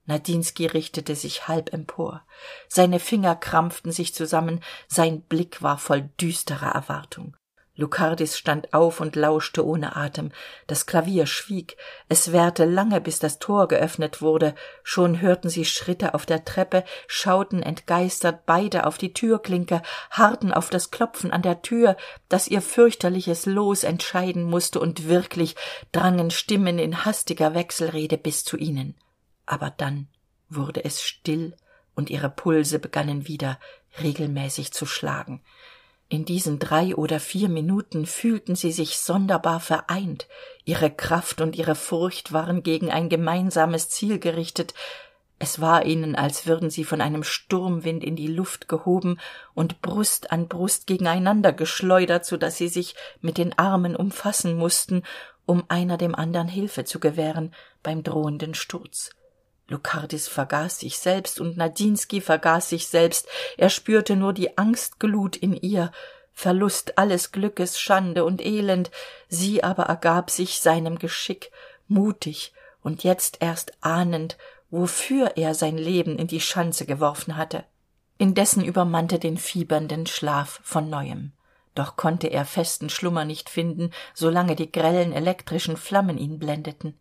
Speaker 1: Nadinsky richtete sich halb empor. Seine Finger krampften sich zusammen, sein Blick war voll düsterer Erwartung. Lukardis stand auf und lauschte ohne Atem. Das Klavier schwieg. Es währte lange, bis das Tor geöffnet wurde. Schon hörten sie Schritte auf der Treppe, schauten entgeistert beide auf die Türklinke, harrten auf das Klopfen an der Tür, das ihr fürchterliches Los entscheiden musste, und wirklich drangen Stimmen in hastiger Wechselrede bis zu ihnen. Aber dann wurde es still, und ihre Pulse begannen wieder regelmäßig zu schlagen. In diesen 3 oder 4 Minuten fühlten sie sich sonderbar vereint. Ihre Kraft und ihre Furcht waren gegen ein gemeinsames Ziel gerichtet. Es war ihnen, als würden sie von einem Sturmwind in die Luft gehoben und Brust an Brust gegeneinander geschleudert, so dass sie sich mit den Armen umfassen mussten, um einer dem anderen Hilfe zu gewähren beim drohenden Sturz. Lukardis vergaß sich selbst und Nadinsky vergaß sich selbst. Er spürte nur die Angstglut in ihr, Verlust alles Glückes, Schande und Elend. Sie aber ergab sich seinem Geschick, mutig und jetzt erst ahnend, wofür er sein Leben in die Schanze geworfen hatte. Indessen übermannte den fiebernden Schlaf von neuem. Doch konnte er festen Schlummer nicht finden, solange die grellen elektrischen Flammen ihn blendeten.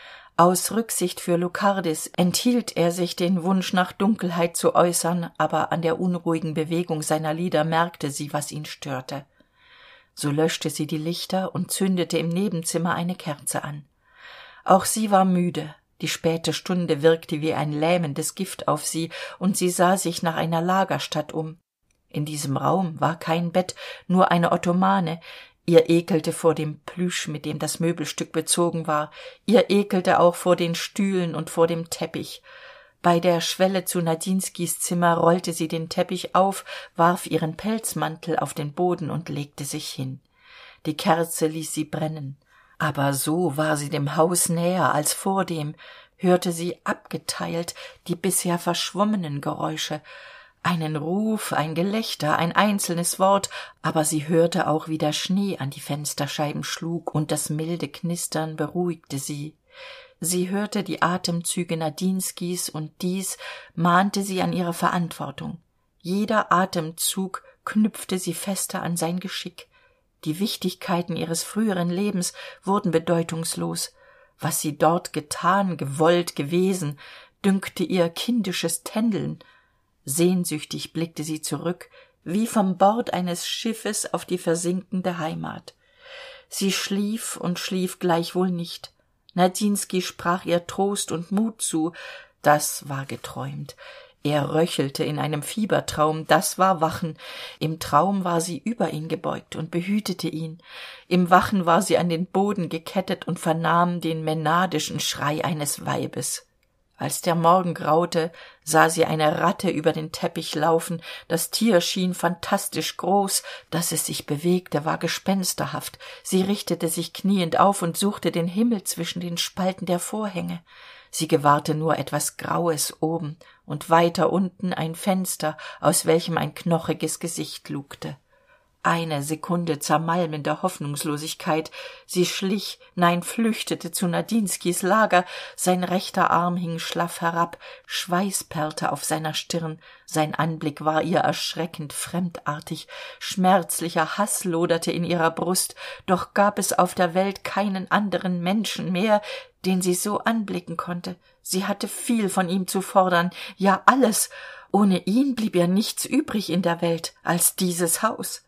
Speaker 1: Aus Rücksicht für Lukardis enthielt er sich, den Wunsch nach Dunkelheit zu äußern, aber an der unruhigen Bewegung seiner Lider merkte sie, was ihn störte. So löschte sie die Lichter und zündete im Nebenzimmer eine Kerze an. Auch sie war müde, die späte Stunde wirkte wie ein lähmendes Gift auf sie, und sie sah sich nach einer Lagerstatt um. In diesem Raum war kein Bett, nur eine Ottomane. Ihr ekelte vor dem Plüsch, mit dem das Möbelstück bezogen war. Ihr ekelte auch vor den Stühlen und vor dem Teppich. Bei der Schwelle zu Nadinskys Zimmer rollte sie den Teppich auf, warf ihren Pelzmantel auf den Boden und legte sich hin. Die Kerze ließ sie brennen. Aber so war sie dem Haus näher als vordem, hörte sie abgeteilt die bisher verschwommenen Geräusche, einen Ruf, ein Gelächter, ein einzelnes Wort, aber sie hörte auch, wie der Schnee an die Fensterscheiben schlug, und das milde Knistern beruhigte sie. Sie hörte die Atemzüge Nadinskys, und dies mahnte sie an ihre Verantwortung. Jeder Atemzug knüpfte sie fester an sein Geschick. Die Wichtigkeiten ihres früheren Lebens wurden bedeutungslos. Was sie dort getan, gewollt, gewesen, dünkte ihr kindisches Tändeln. Sehnsüchtig blickte sie zurück, wie vom Bord eines Schiffes auf die versinkende Heimat. Sie schlief und schlief gleichwohl nicht. Nadinsky sprach ihr Trost und Mut zu, das war geträumt. Er röchelte in einem Fiebertraum, das war Wachen. Im Traum war sie über ihn gebeugt und behütete ihn. Im Wachen war sie an den Boden gekettet und vernahm den mänadischen Schrei eines Weibes. Als der Morgen graute, sah sie eine Ratte über den Teppich laufen. Das Tier schien fantastisch groß, dass es sich bewegte, war gespensterhaft. Sie richtete sich kniend auf und suchte den Himmel zwischen den Spalten der Vorhänge. Sie gewahrte nur etwas Graues oben und weiter unten ein Fenster, aus welchem ein knochiges Gesicht lugte. Eine Sekunde zermalmender Hoffnungslosigkeit. Sie schlich, nein, flüchtete zu Nadinskys Lager. Sein rechter Arm hing schlaff herab, Schweiß perlte auf seiner Stirn. Sein Anblick war ihr erschreckend fremdartig. Schmerzlicher Hass loderte in ihrer Brust. Doch gab es auf der Welt keinen anderen Menschen mehr, den sie so anblicken konnte. Sie hatte viel von ihm zu fordern, ja alles. Ohne ihn blieb ihr nichts übrig in der Welt als dieses Haus.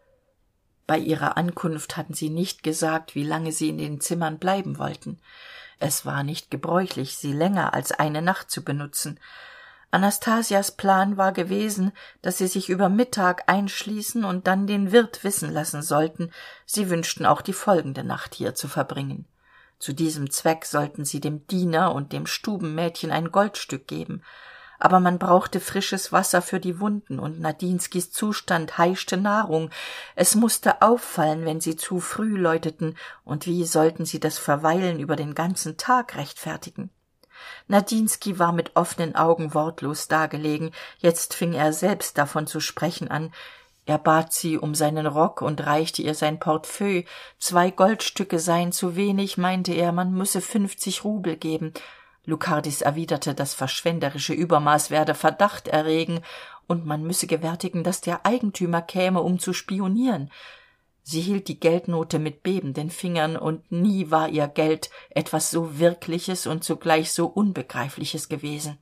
Speaker 1: Bei ihrer Ankunft hatten sie nicht gesagt, wie lange sie in den Zimmern bleiben wollten. Es war nicht gebräuchlich, sie länger als eine Nacht zu benutzen. Anastasias Plan war gewesen, dass sie sich über Mittag einschließen und dann den Wirt wissen lassen sollten, sie wünschten auch die folgende Nacht hier zu verbringen. Zu diesem Zweck sollten sie dem Diener und dem Stubenmädchen ein Goldstück geben. Aber man brauchte frisches Wasser für die Wunden, und Nadinskys Zustand heischte Nahrung. Es musste auffallen, wenn sie zu früh läuteten, und wie sollten sie das Verweilen über den ganzen Tag rechtfertigen? Nadinsky war mit offenen Augen wortlos dagelegen, jetzt fing er selbst davon zu sprechen an. Er bat sie um seinen Rock und reichte ihr sein Portefeuille. 2 Goldstücke seien zu wenig, meinte er, man müsse 50 Rubel geben. Lukardis erwiderte, das verschwenderische Übermaß werde Verdacht erregen, und man müsse gewärtigen, dass der Eigentümer käme, um zu spionieren. Sie hielt die Geldnote mit bebenden Fingern, und nie war ihr Geld etwas so Wirkliches und zugleich so Unbegreifliches gewesen.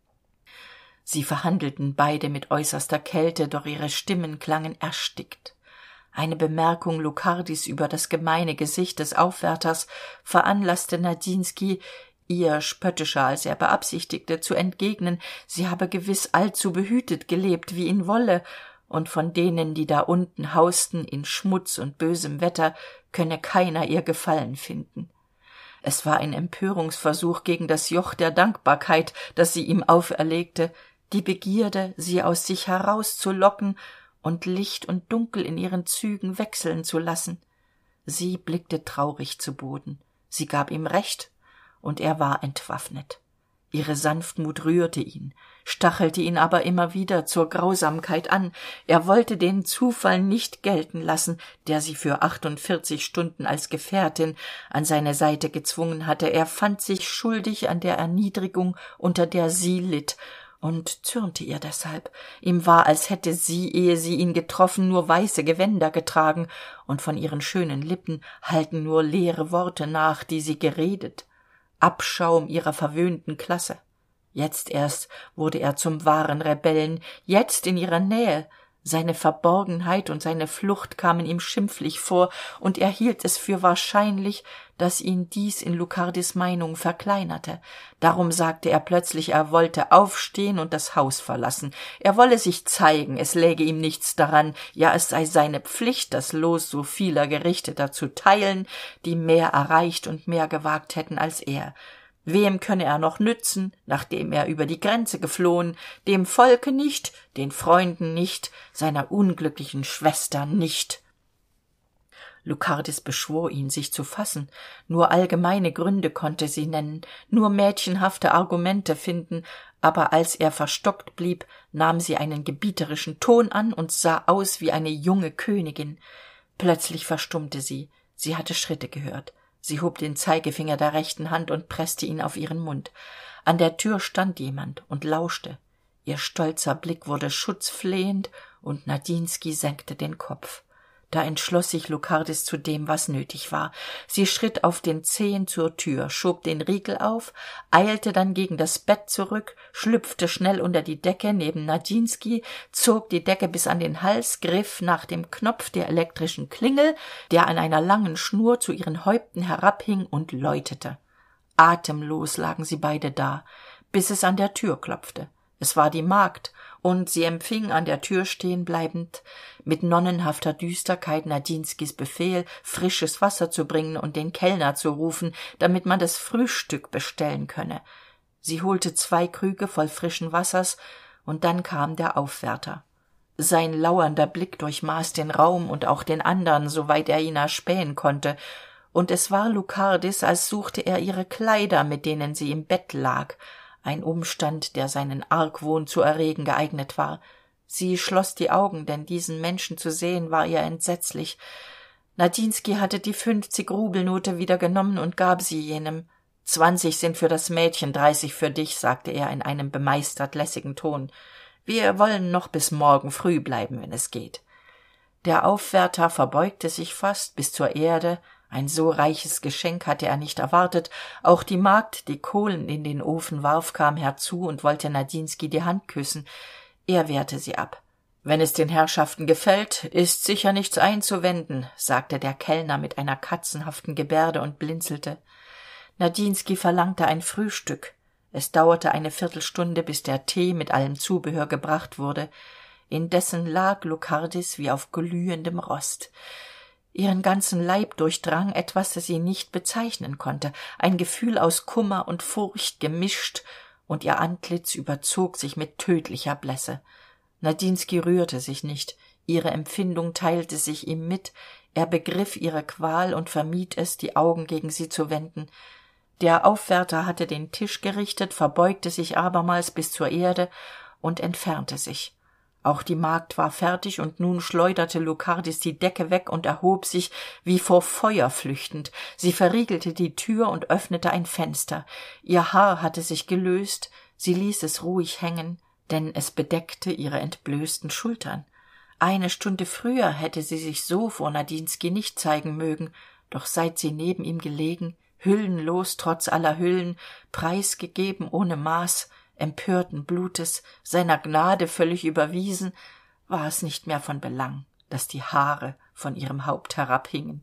Speaker 1: Sie verhandelten beide mit äußerster Kälte, doch ihre Stimmen klangen erstickt. Eine Bemerkung Lukardis über das gemeine Gesicht des Aufwärters veranlasste Nadinsky, ihr spöttischer als er beabsichtigte, zu entgegnen, sie habe gewiß allzu behütet gelebt, wie ihn wolle, und von denen, die da unten hausten, in Schmutz und bösem Wetter, könne keiner ihr Gefallen finden. Es war ein Empörungsversuch gegen das Joch der Dankbarkeit, das sie ihm auferlegte, die Begierde, sie aus sich herauszulocken und Licht und Dunkel in ihren Zügen wechseln zu lassen. Sie blickte traurig zu Boden. Sie gab ihm recht, und er war entwaffnet. Ihre Sanftmut rührte ihn, stachelte ihn aber immer wieder zur Grausamkeit an. Er wollte den Zufall nicht gelten lassen, der sie für 48 Stunden als Gefährtin an seine Seite gezwungen hatte. Er fand sich schuldig an der Erniedrigung, unter der sie litt, und zürnte ihr deshalb. Ihm war, als hätte sie, ehe sie ihn getroffen, nur weiße Gewänder getragen, und von ihren schönen Lippen hallten nur leere Worte nach, die sie geredet. Abschaum ihrer verwöhnten Klasse. Jetzt erst wurde er zum wahren Rebellen, jetzt in ihrer Nähe. Seine Verborgenheit und seine Flucht kamen ihm schimpflich vor, und er hielt es für wahrscheinlich, dass ihn dies in Lukardis Meinung verkleinerte. Darum sagte er plötzlich, er wollte aufstehen und das Haus verlassen. Er wolle sich zeigen, es läge ihm nichts daran, ja, es sei seine Pflicht, das Los so vieler Gerichteter zu teilen, die mehr erreicht und mehr gewagt hätten als er. Wem könne er noch nützen, nachdem er über die Grenze geflohen? Dem Volke nicht, den Freunden nicht, seiner unglücklichen Schwester nicht. Lukardis beschwor ihn, sich zu fassen. Nur allgemeine Gründe konnte sie nennen, nur mädchenhafte Argumente finden, aber als er verstockt blieb, nahm sie einen gebieterischen Ton an und sah aus wie eine junge Königin. Plötzlich verstummte sie. Sie hatte Schritte gehört. Sie hob den Zeigefinger der rechten Hand und presste ihn auf ihren Mund. An der Tür stand jemand und lauschte. Ihr stolzer Blick wurde schutzflehend, und Nadinsky senkte den Kopf. Da entschloss sich Lukardis zu dem, was nötig war. Sie schritt auf den Zehen zur Tür, schob den Riegel auf, eilte dann gegen das Bett zurück, schlüpfte schnell unter die Decke neben Nadinsky, zog die Decke bis an den Hals, griff nach dem Knopf der elektrischen Klingel, der an einer langen Schnur zu ihren Häupten herabhing, und läutete. Atemlos lagen sie beide da, bis es an der Tür klopfte. Es war die Magd, und sie empfing an der Tür stehen bleibend mit nonnenhafter Düsterkeit Nadinskys Befehl, frisches Wasser zu bringen und den Kellner zu rufen, damit man das Frühstück bestellen könne. Sie holte 2 Krüge voll frischen Wassers, und dann kam der Aufwärter. Sein lauernder Blick durchmaß den Raum und auch den andern, soweit er ihn erspähen konnte, und es war Lukardis, als suchte er ihre Kleider, mit denen sie im Bett lag, ein Umstand, der seinen Argwohn zu erregen geeignet war. Sie schloss die Augen, denn diesen Menschen zu sehen war ihr entsetzlich. Nadinsky hatte die 50-Rubelnote wieder genommen und gab sie jenem. 20 sind für das Mädchen, 30 für dich, sagte er in einem bemeistert lässigen Ton. Wir wollen noch bis morgen früh bleiben, wenn es geht. Der Aufwärter verbeugte sich fast bis zur Erde. Ein so reiches Geschenk hatte er nicht erwartet. Auch die Magd, die Kohlen in den Ofen warf, kam herzu und wollte Nadinsky die Hand küssen. Er wehrte sie ab. »Wenn es den Herrschaften gefällt, ist sicher nichts einzuwenden«, sagte der Kellner mit einer katzenhaften Gebärde und blinzelte. Nadinsky verlangte ein Frühstück. Es dauerte eine Viertelstunde, bis der Tee mit allem Zubehör gebracht wurde. Indessen lag Lukardis wie auf glühendem Rost. Ihren ganzen Leib durchdrang etwas, das sie nicht bezeichnen konnte, ein Gefühl aus Kummer und Furcht gemischt, und ihr Antlitz überzog sich mit tödlicher Blässe. Nadinsky rührte sich nicht, ihre Empfindung teilte sich ihm mit, er begriff ihre Qual und vermied es, die Augen gegen sie zu wenden. Der Aufwärter hatte den Tisch gerichtet, verbeugte sich abermals bis zur Erde und entfernte sich. Auch die Magd war fertig, und nun schleuderte Lukardis die Decke weg und erhob sich, wie vor Feuer flüchtend. Sie verriegelte die Tür und öffnete ein Fenster. Ihr Haar hatte sich gelöst, sie ließ es ruhig hängen, denn es bedeckte ihre entblößten Schultern. Eine Stunde früher hätte sie sich so vor Nadinsky nicht zeigen mögen, doch seit sie neben ihm gelegen, hüllenlos trotz aller Hüllen, preisgegeben ohne Maß, empörten Blutes, seiner Gnade völlig überwiesen, war es nicht mehr von Belang, dass die Haare von ihrem Haupt herabhingen.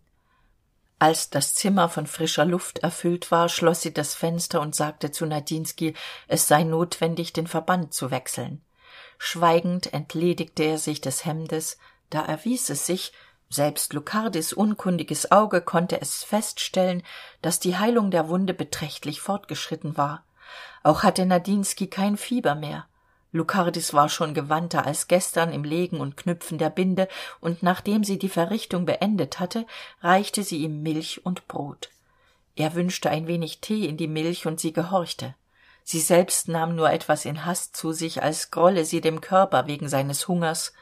Speaker 1: Als das Zimmer von frischer Luft erfüllt war, schloss sie das Fenster und sagte zu Nadinsky, es sei notwendig, den Verband zu wechseln. Schweigend entledigte er sich des Hemdes, da erwies es sich, selbst Lukardis unkundiges Auge konnte es feststellen, dass die Heilung der Wunde beträchtlich fortgeschritten war. Auch hatte Nadinsky kein Fieber mehr. Lukardis war schon gewandter als gestern im Legen und Knüpfen der Binde, und nachdem sie die Verrichtung beendet hatte, reichte sie ihm Milch und Brot. Er wünschte ein wenig Tee in die Milch, und sie gehorchte. Sie selbst nahm nur etwas in Hast zu sich, als grolle sie dem Körper wegen seines Hungers.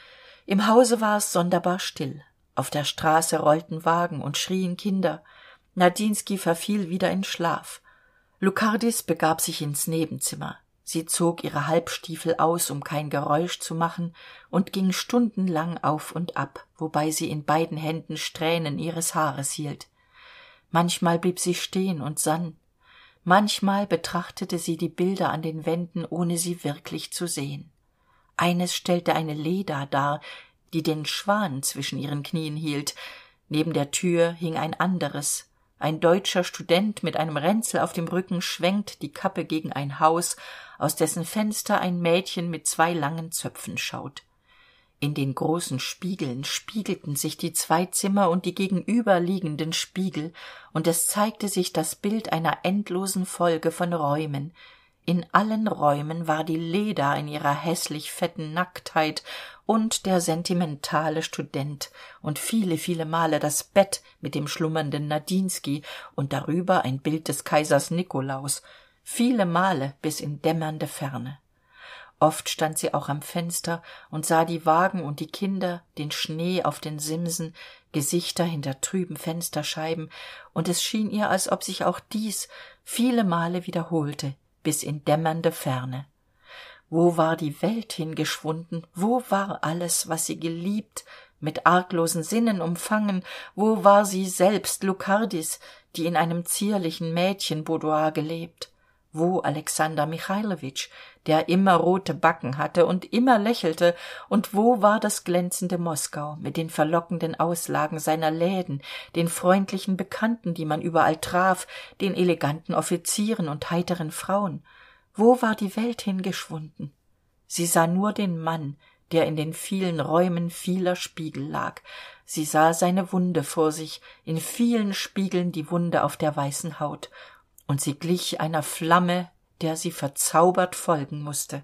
Speaker 1: Im Hause war es sonderbar still. Auf der Straße rollten Wagen und schrien Kinder. Nadinsky verfiel wieder in Schlaf. Lukardis begab sich ins Nebenzimmer. Sie zog ihre Halbstiefel aus, um kein Geräusch zu machen, und ging stundenlang auf und ab, wobei sie in beiden Händen Strähnen ihres Haares hielt. Manchmal blieb sie stehen und sann. Manchmal betrachtete sie die Bilder an den Wänden, ohne sie wirklich zu sehen. Eines stellte eine Leda dar, die den Schwan zwischen ihren Knien hielt. Neben der Tür hing ein anderes. Ein deutscher Student mit einem Ränzel auf dem Rücken schwenkt die Kappe gegen ein Haus, aus dessen Fenster ein Mädchen mit 2 langen Zöpfen schaut. In den großen Spiegeln spiegelten sich die 2 Zimmer und die gegenüberliegenden Spiegel, und es zeigte sich das Bild einer endlosen Folge von Räumen. In allen Räumen war die Leda in ihrer hässlich fetten Nacktheit und der sentimentale Student und viele, viele Male das Bett mit dem schlummernden Nadinsky und darüber ein Bild des Kaisers Nikolaus, viele Male bis in dämmernde Ferne. Oft stand sie auch am Fenster und sah die Wagen und die Kinder, den Schnee auf den Simsen, Gesichter hinter trüben Fensterscheiben, und es schien ihr, als ob sich auch dies viele Male wiederholte, bis in dämmernde Ferne. Wo war die Welt hingeschwunden? Wo war alles, was sie geliebt, mit arglosen Sinnen umfangen? Wo war sie selbst, Lukardis, die in einem zierlichen Mädchenboudoir gelebt? Wo Alexander Michailowitsch, der immer rote Backen hatte und immer lächelte, und wo war das glänzende Moskau mit den verlockenden Auslagen seiner Läden, den freundlichen Bekannten, die man überall traf, den eleganten Offizieren und heiteren Frauen? Wo war die Welt hingeschwunden? Sie sah nur den Mann, der in den vielen Räumen vieler Spiegel lag. Sie sah seine Wunde vor sich, in vielen Spiegeln die Wunde auf der weißen Haut, und sie glich einer Flamme, der sie verzaubert folgen mußte.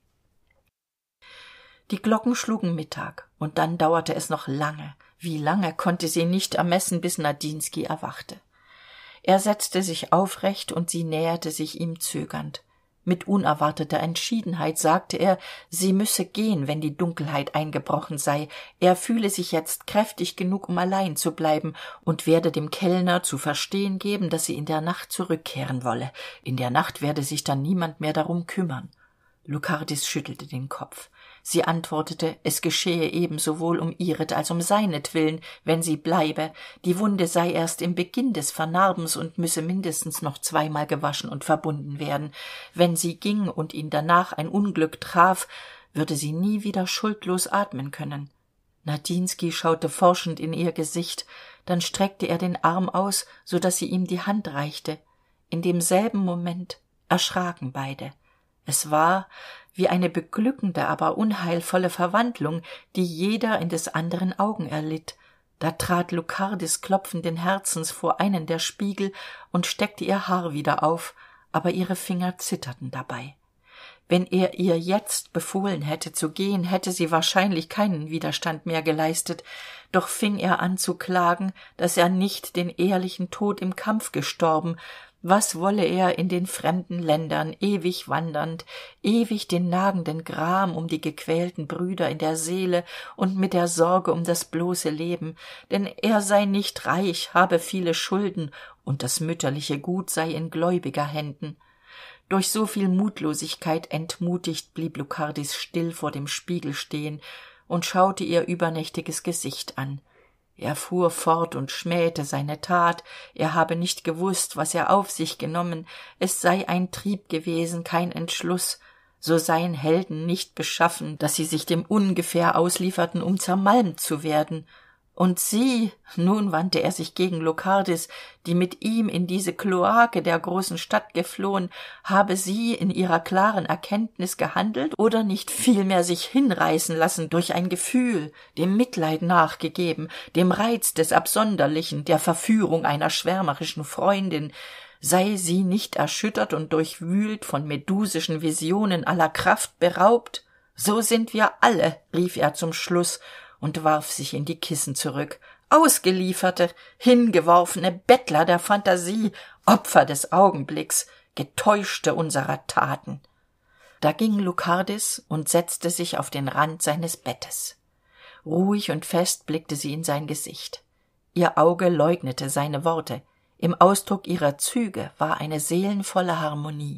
Speaker 1: Die Glocken schlugen Mittag, und dann dauerte es noch lange. Wie lange konnte sie nicht ermessen, bis Nadinsky erwachte. Er setzte sich aufrecht, und sie näherte sich ihm zögernd. Mit unerwarteter Entschiedenheit sagte er, sie müsse gehen, wenn die Dunkelheit eingebrochen sei. Er fühle sich jetzt kräftig genug, um allein zu bleiben, und werde dem Kellner zu verstehen geben, dass sie in der Nacht zurückkehren wolle. In der Nacht werde sich dann niemand mehr darum kümmern. Lukardis schüttelte den Kopf. Sie antwortete, es geschehe ebensowohl um ihret als um seinetwillen, wenn sie bleibe. Die Wunde sei erst im Beginn des Vernarbens und müsse mindestens noch 2-mal gewaschen und verbunden werden. Wenn sie ging und ihn danach ein Unglück traf, würde sie nie wieder schuldlos atmen können. Nadinsky schaute forschend in ihr Gesicht, dann streckte er den Arm aus, so daß sie ihm die Hand reichte. In demselben Moment erschraken beide. Es war wie eine beglückende, aber unheilvolle Verwandlung, die jeder in des anderen Augen erlitt. Da trat Lukardis klopfenden Herzens vor einen der Spiegel und steckte ihr Haar wieder auf, aber ihre Finger zitterten dabei. Wenn er ihr jetzt befohlen hätte zu gehen, hätte sie wahrscheinlich keinen Widerstand mehr geleistet, doch fing er an zu klagen, dass er nicht den ehrlichen Tod im Kampf gestorben, Was wolle er in den fremden Ländern, ewig wandernd, ewig den nagenden Gram um die gequälten Brüder in der Seele und mit der Sorge um das bloße Leben, denn er sei nicht reich, habe viele Schulden, und das mütterliche Gut sei in gläubiger Händen. Durch so viel Mutlosigkeit entmutigt blieb Lucardis still vor dem Spiegel stehen und schaute ihr übernächtiges Gesicht an. Er fuhr fort und schmähte seine Tat, er habe nicht gewußt, was er auf sich genommen, es sei ein Trieb gewesen, kein Entschluss, so seien Helden nicht beschaffen, dass sie sich dem Ungefähr auslieferten, um zermalmt zu werden. Und sie, nun wandte er sich gegen Lucardis, die mit ihm in diese Kloake der großen Stadt geflohen, habe sie in ihrer klaren Erkenntnis gehandelt oder nicht vielmehr sich hinreißen lassen durch ein Gefühl, dem Mitleid nachgegeben, dem Reiz des Absonderlichen, der Verführung einer schwärmerischen Freundin, sei sie nicht erschüttert und durchwühlt von medusischen Visionen aller Kraft beraubt? So sind wir alle, rief er zum Schluss und warf sich in die Kissen zurück. Ausgelieferte, hingeworfene Bettler der Phantasie, Opfer des Augenblicks, Getäuschte unserer Taten. Da ging Lucardis und setzte sich auf den Rand seines Bettes. Ruhig und fest blickte sie in sein Gesicht. Ihr Auge leugnete seine Worte. Im Ausdruck ihrer Züge war eine seelenvolle Harmonie.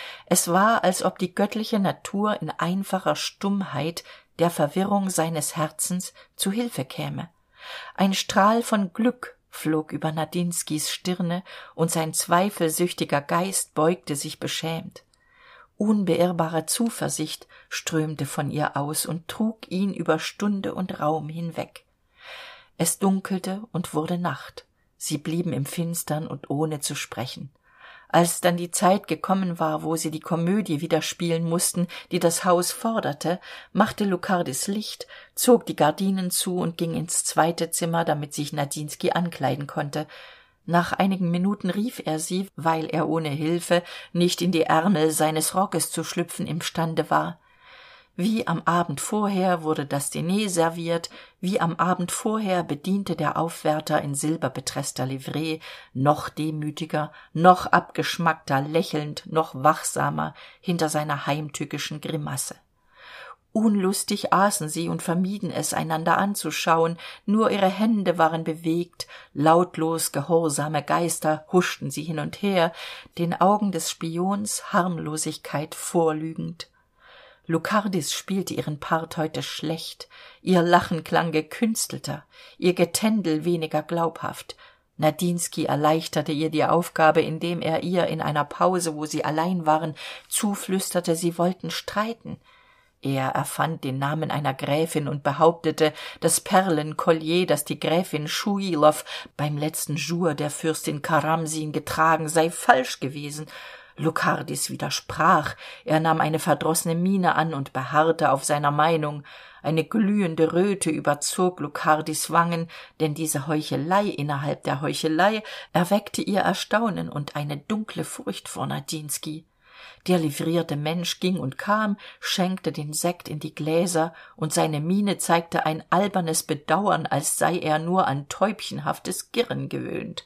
Speaker 1: Es war, als ob die göttliche Natur in einfacher Stummheit der Verwirrung seines Herzens zu Hilfe käme. Ein Strahl von Glück flog über Nadinskis Stirne, und sein zweifelsüchtiger Geist beugte sich beschämt. Unbeirrbare Zuversicht strömte von ihr aus und trug ihn über Stunde und Raum hinweg. Es dunkelte und wurde Nacht. Sie blieben im Finstern und ohne zu sprechen. Als dann die Zeit gekommen war, wo sie die Komödie wieder spielen mußten, die das Haus forderte, machte Lucardis Licht, zog die Gardinen zu und ging ins zweite Zimmer, damit sich Nadinsky ankleiden konnte. Nach einigen Minuten rief er sie, weil er ohne Hilfe nicht in die Ärmel seines Rockes zu schlüpfen imstande war. Wie am Abend vorher wurde das Diner serviert, wie am Abend vorher bediente der Aufwärter in silberbetreßter Livree, noch demütiger, noch abgeschmackter lächelnd, noch wachsamer hinter seiner heimtückischen Grimasse. Unlustig aßen sie und vermieden es, einander anzuschauen, nur ihre Hände waren bewegt, lautlos gehorsame Geister huschten sie hin und her, den Augen des Spions Harmlosigkeit vorlügend. Lucardis spielte ihren Part heute schlecht, ihr Lachen klang gekünstelter, ihr Getändel weniger glaubhaft. Nadinsky erleichterte ihr die Aufgabe, indem er ihr in einer Pause, wo sie allein waren, zuflüsterte, sie wollten streiten. Er erfand den Namen einer Gräfin und behauptete, das Perlenkollier, das die Gräfin Schuilow beim letzten Jour der Fürstin Karamsin getragen, sei falsch gewesen. Lucardis widersprach, er nahm eine verdrossene Miene an und beharrte auf seiner Meinung. Eine glühende Röte überzog Lucardis Wangen, denn diese Heuchelei innerhalb der Heuchelei erweckte ihr Erstaunen und eine dunkle Furcht vor Nadinsky. Der livrierte Mensch ging und kam, schenkte den Sekt in die Gläser, und seine Miene zeigte ein albernes Bedauern, als sei er nur an täubchenhaftes Girren gewöhnt.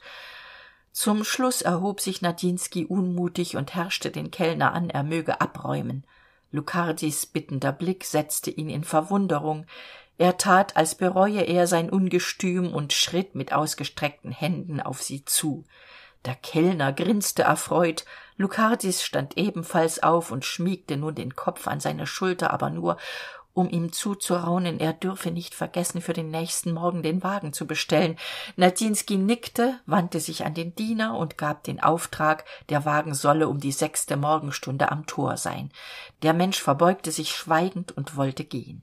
Speaker 1: Zum Schluss erhob sich Nadinsky unmutig und herrschte den Kellner an, er möge abräumen. Lucardis bittender Blick setzte ihn in Verwunderung. Er tat, als bereue er sein Ungestüm und schritt mit ausgestreckten Händen auf sie zu. Der Kellner grinste erfreut, Lucardis stand ebenfalls auf und schmiegte nun den Kopf an seine Schulter, aber nur, um ihm zuzuraunen, er dürfe nicht vergessen, für den nächsten Morgen den Wagen zu bestellen. Nadinsky nickte, wandte sich an den Diener und gab den Auftrag, der Wagen solle um die 6. Morgenstunde am Tor sein. Der Mensch verbeugte sich schweigend und wollte gehen.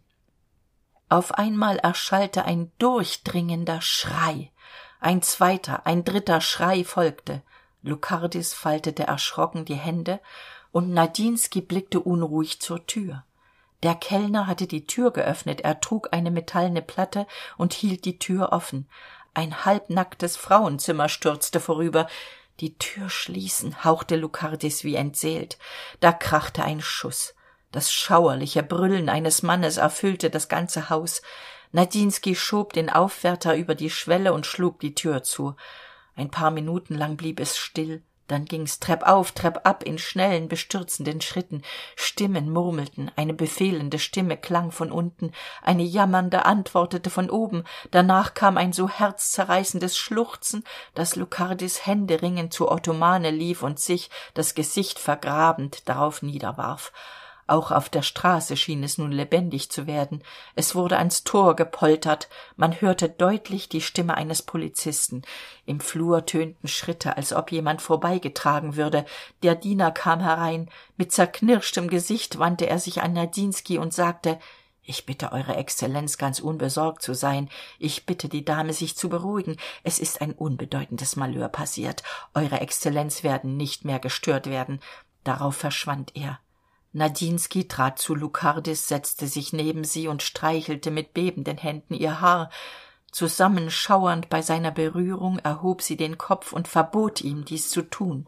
Speaker 1: Auf einmal erschallte ein durchdringender Schrei. Ein zweiter, ein dritter Schrei folgte. Lucardis faltete erschrocken die Hände, und Nadinsky blickte unruhig zur Tür. Der Kellner hatte die Tür geöffnet, er trug eine metallene Platte und hielt die Tür offen. Ein halbnacktes Frauenzimmer stürzte vorüber. Die Tür schließen, hauchte Lucardis wie entseelt. Da krachte ein Schuss. Das schauerliche Brüllen eines Mannes erfüllte das ganze Haus. Nadinsky schob den Aufwärter über die Schwelle und schlug die Tür zu. Ein paar Minuten lang blieb es still, Dann ging's treppauf, treppab in schnellen, bestürzenden Schritten. Stimmen murmelten, eine befehlende Stimme klang von unten, eine jammernde antwortete von oben. Danach kam ein so herzzerreißendes Schluchzen, dass Lucardis händeringend zur Ottomane lief und sich, das Gesicht vergrabend, darauf niederwarf. Auch auf der Straße schien es nun lebendig zu werden. Es wurde ans Tor gepoltert. Man hörte deutlich die Stimme eines Polizisten. Im Flur tönten Schritte, als ob jemand vorbeigetragen würde. Der Diener kam herein. Mit zerknirschtem Gesicht wandte er sich an Nadinsky und sagte: »Ich bitte Eure Exzellenz, ganz unbesorgt zu sein. Ich bitte die Dame, sich zu beruhigen. Es ist ein unbedeutendes Malheur passiert. Eure Exzellenz werden nicht mehr gestört werden.« Darauf verschwand er. Nadinsky trat zu Lucardis, setzte sich neben sie und streichelte mit bebenden Händen ihr Haar. Zusammenschauernd bei seiner Berührung erhob sie den Kopf und verbot ihm, dies zu tun.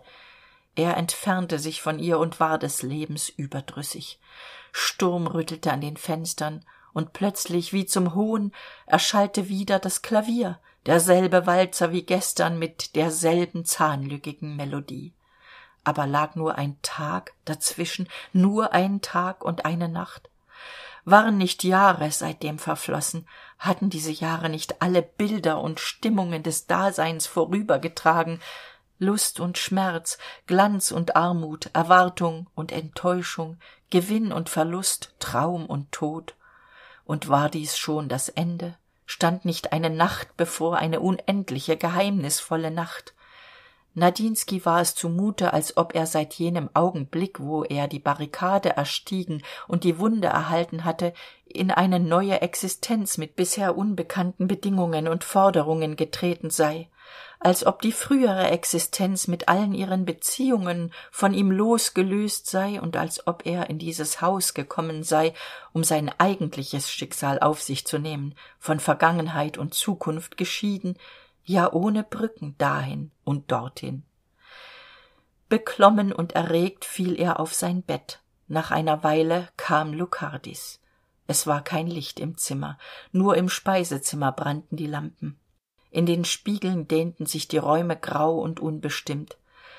Speaker 1: Er entfernte sich von ihr und war des Lebens überdrüssig. Sturm rüttelte an den Fenstern, und plötzlich, wie zum Hohn, erschallte wieder das Klavier, derselbe Walzer wie gestern mit derselben zahnlückigen Melodie. Aber lag nur ein Tag dazwischen, nur ein Tag und eine Nacht? Waren nicht Jahre seitdem verflossen? Hatten diese Jahre nicht alle Bilder und Stimmungen des Daseins vorübergetragen? Lust und Schmerz, Glanz und Armut, Erwartung und Enttäuschung, Gewinn und Verlust, Traum und Tod. Und war dies schon das Ende? Stand nicht eine Nacht bevor, eine unendliche, geheimnisvolle Nacht? Nadinsky war es zumute, als ob er seit jenem Augenblick, wo er die Barrikade erstiegen und die Wunde erhalten hatte, in eine neue Existenz mit bisher unbekannten Bedingungen und Forderungen getreten sei, als ob die frühere Existenz mit allen ihren Beziehungen von ihm losgelöst sei und als ob er in dieses Haus gekommen sei, um sein eigentliches Schicksal auf sich zu nehmen, von Vergangenheit und Zukunft geschieden, ja ohne Brücken dahin und dorthin. Beklommen und erregt fiel er auf sein Bett. Nach einer Weile kam Lucardis. Es war kein Licht im Zimmer, nur im Speisezimmer brannten die Lampen. In den Spiegeln dehnten sich die Räume grau und unbestimmt.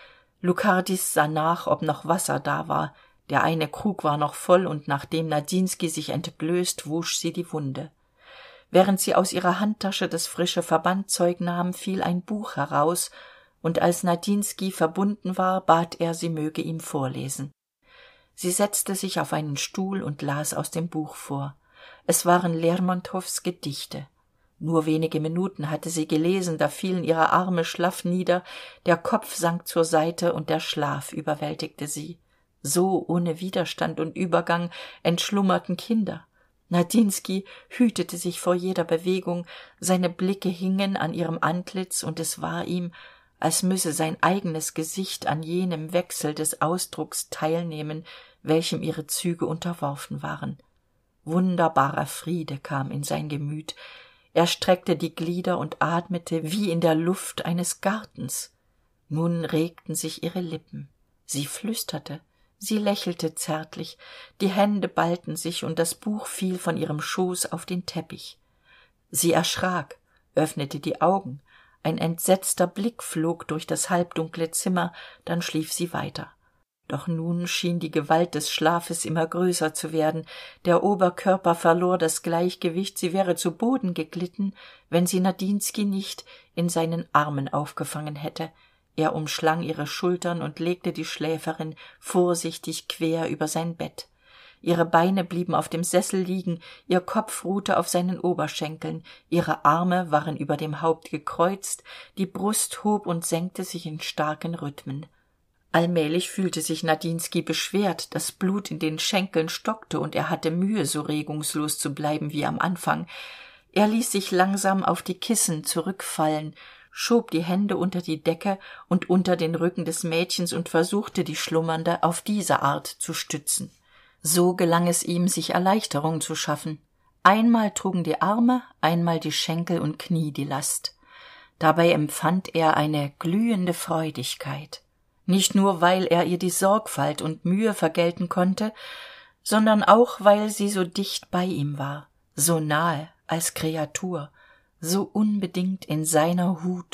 Speaker 1: Lucardis sah nach, ob noch Wasser da war. Der eine Krug war noch voll, und nachdem Nadinsky sich entblößt, wusch sie die Wunde. Während sie aus ihrer Handtasche das frische Verbandzeug nahm, fiel ein Buch heraus, und als Nadinsky verbunden war, bat er, sie möge ihm vorlesen. Sie setzte sich auf einen Stuhl und las aus dem Buch vor. Es waren Lermontows Gedichte. Nur wenige Minuten hatte sie gelesen, da fielen ihre Arme schlaff nieder, der Kopf sank zur Seite und der Schlaf überwältigte sie. So ohne Widerstand und Übergang entschlummerten Kinder. Nadinsky hütete sich vor jeder Bewegung, seine Blicke hingen an ihrem Antlitz, und es war ihm, als müsse sein eigenes Gesicht an jenem Wechsel des Ausdrucks teilnehmen, welchem ihre Züge unterworfen waren. Wunderbarer Friede kam in sein Gemüt, er streckte die Glieder und atmete wie in der Luft eines Gartens. Nun regten sich ihre Lippen, sie flüsterte, sie lächelte zärtlich, die Hände ballten sich und das Buch fiel von ihrem Schoß auf den Teppich. Sie erschrak, öffnete die Augen, ein entsetzter Blick flog durch das halbdunkle Zimmer, dann schlief sie weiter. Doch nun schien die Gewalt des Schlafes immer größer zu werden, der Oberkörper verlor das Gleichgewicht, sie wäre zu Boden geglitten, wenn sie Nadinsky nicht in seinen Armen aufgefangen hätte. Er umschlang ihre Schultern und legte die Schläferin vorsichtig quer über sein Bett. Ihre Beine blieben auf dem Sessel liegen, ihr Kopf ruhte auf seinen Oberschenkeln, ihre Arme waren über dem Haupt gekreuzt, die Brust hob und senkte sich in starken Rhythmen. Allmählich fühlte sich Nadinsky beschwert, das Blut in den Schenkeln stockte und er hatte Mühe, so regungslos zu bleiben wie am Anfang. Er ließ sich langsam auf die Kissen zurückfallen, schob die Hände unter die Decke und unter den Rücken des Mädchens und versuchte, die Schlummernde auf diese Art zu stützen. So gelang es ihm, sich Erleichterung zu schaffen. Einmal trugen die Arme, einmal die Schenkel und Knie die Last. Dabei empfand er eine glühende Freudigkeit. Nicht nur, weil er ihr die Sorgfalt und Mühe vergelten konnte, sondern auch, weil sie so dicht bei ihm war, so nahe als Kreatur, so unbedingt in seiner Hut.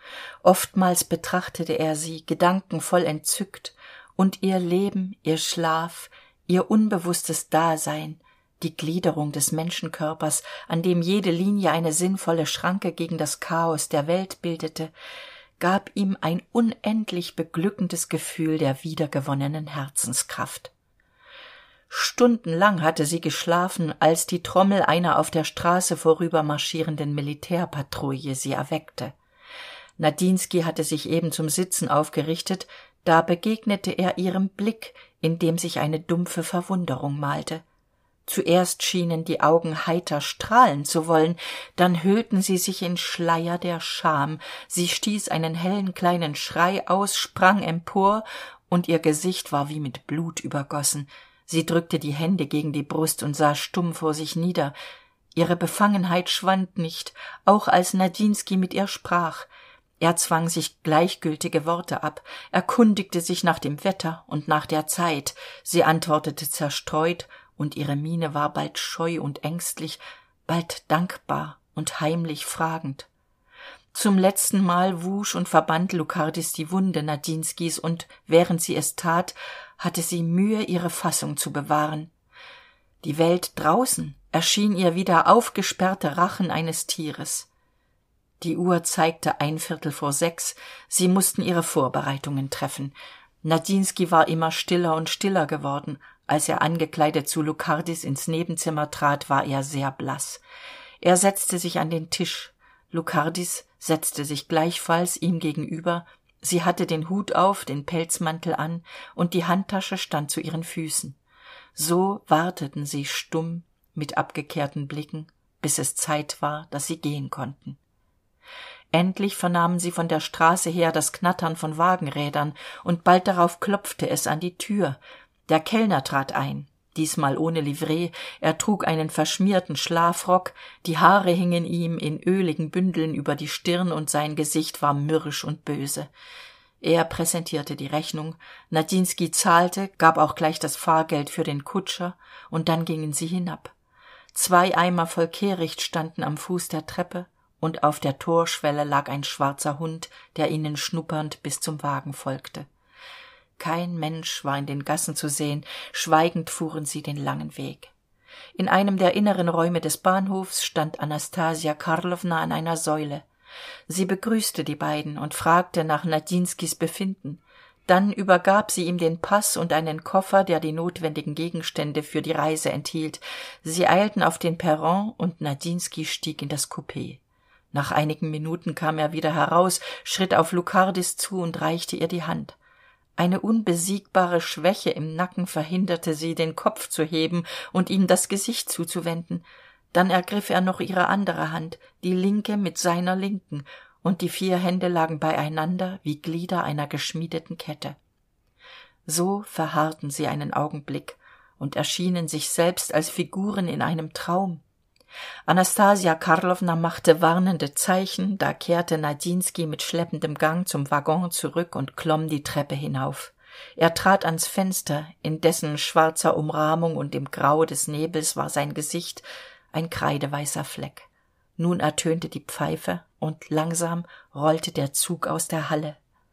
Speaker 1: Oftmals betrachtete er sie, gedankenvoll entzückt, und ihr Leben, ihr Schlaf, ihr unbewusstes Dasein, die Gliederung des Menschenkörpers, an dem jede Linie eine sinnvolle Schranke gegen das Chaos der Welt bildete, gab ihm ein unendlich beglückendes Gefühl der wiedergewonnenen Herzenskraft. Stundenlang hatte sie geschlafen, als die Trommel einer auf der Straße vorübermarschierenden Militärpatrouille sie erweckte. Nadinsky hatte sich eben zum Sitzen aufgerichtet, da begegnete er ihrem Blick, in dem sich eine dumpfe Verwunderung malte. Zuerst schienen die Augen heiter strahlen zu wollen, dann hüllten sie sich in Schleier der Scham, sie stieß einen hellen kleinen Schrei aus, sprang empor, und ihr Gesicht war wie mit Blut übergossen. Sie drückte die Hände gegen die Brust und sah stumm vor sich nieder. Ihre Befangenheit schwand nicht, auch als Nadinsky mit ihr sprach. Er zwang sich gleichgültige Worte ab, erkundigte sich nach dem Wetter und nach der Zeit. Sie antwortete zerstreut, und ihre Miene war bald scheu und ängstlich, bald dankbar und heimlich fragend. Zum letzten Mal wusch und verband Lukardis die Wunde Nadinskys, und während sie es tat, hatte sie Mühe, ihre Fassung zu bewahren. Die Welt draußen erschien ihr wie der aufgesperrte Rachen eines Tieres. Die Uhr zeigte 5:15, sie mussten ihre Vorbereitungen treffen. Nadinsky war immer stiller und stiller geworden. Als er angekleidet zu Lukardis ins Nebenzimmer trat, war er sehr blass. Er setzte sich an den Tisch. Lukardis setzte sich gleichfalls ihm gegenüber. Sie hatte den Hut auf, den Pelzmantel an, und die Handtasche stand zu ihren Füßen. So warteten sie stumm, mit abgekehrten Blicken, bis es Zeit war, dass sie gehen konnten. Endlich vernahmen sie von der Straße her das Knattern von Wagenrädern, und bald darauf klopfte es an die Tür. Der Kellner trat ein, diesmal ohne Livree, er trug einen verschmierten Schlafrock, die Haare hingen ihm in öligen Bündeln über die Stirn, und sein Gesicht war mürrisch und böse. Er präsentierte die Rechnung, Nadinsky zahlte, gab auch gleich das Fahrgeld für den Kutscher, und dann gingen sie hinab. 2 Eimer voll Kehricht standen am Fuß der Treppe, und auf der Torschwelle lag ein schwarzer Hund, der ihnen schnuppernd bis zum Wagen folgte. Kein Mensch war in den Gassen zu sehen, schweigend fuhren sie den langen Weg. In einem der inneren Räume des Bahnhofs stand Anastasia Karlowna an einer Säule. Sie begrüßte die beiden und fragte nach Nadinskys Befinden. Dann übergab sie ihm den Pass und einen Koffer, der die notwendigen Gegenstände für die Reise enthielt. Sie eilten auf den Perron, und Nadinsky stieg in das Coupé. Nach einigen Minuten kam er wieder heraus, schritt auf Lukardis zu und reichte ihr die Hand. Eine unbesiegbare Schwäche im Nacken verhinderte sie, den Kopf zu heben und ihm das Gesicht zuzuwenden. Dann ergriff er noch ihre andere Hand, die linke mit seiner linken, und die 4 Hände lagen beieinander wie Glieder einer geschmiedeten Kette. So verharrten sie einen Augenblick und erschienen sich selbst als Figuren in einem Traum. Anastasia Karlowna machte warnende Zeichen, da kehrte Nadinsky mit schleppendem Gang zum Waggon zurück und klomm die Treppe hinauf. Er trat ans Fenster, in dessen schwarzer Umrahmung und dem Grau des Nebels war sein Gesicht ein kreideweißer Fleck. Nun ertönte die Pfeife, und langsam rollte der Zug aus der Halle.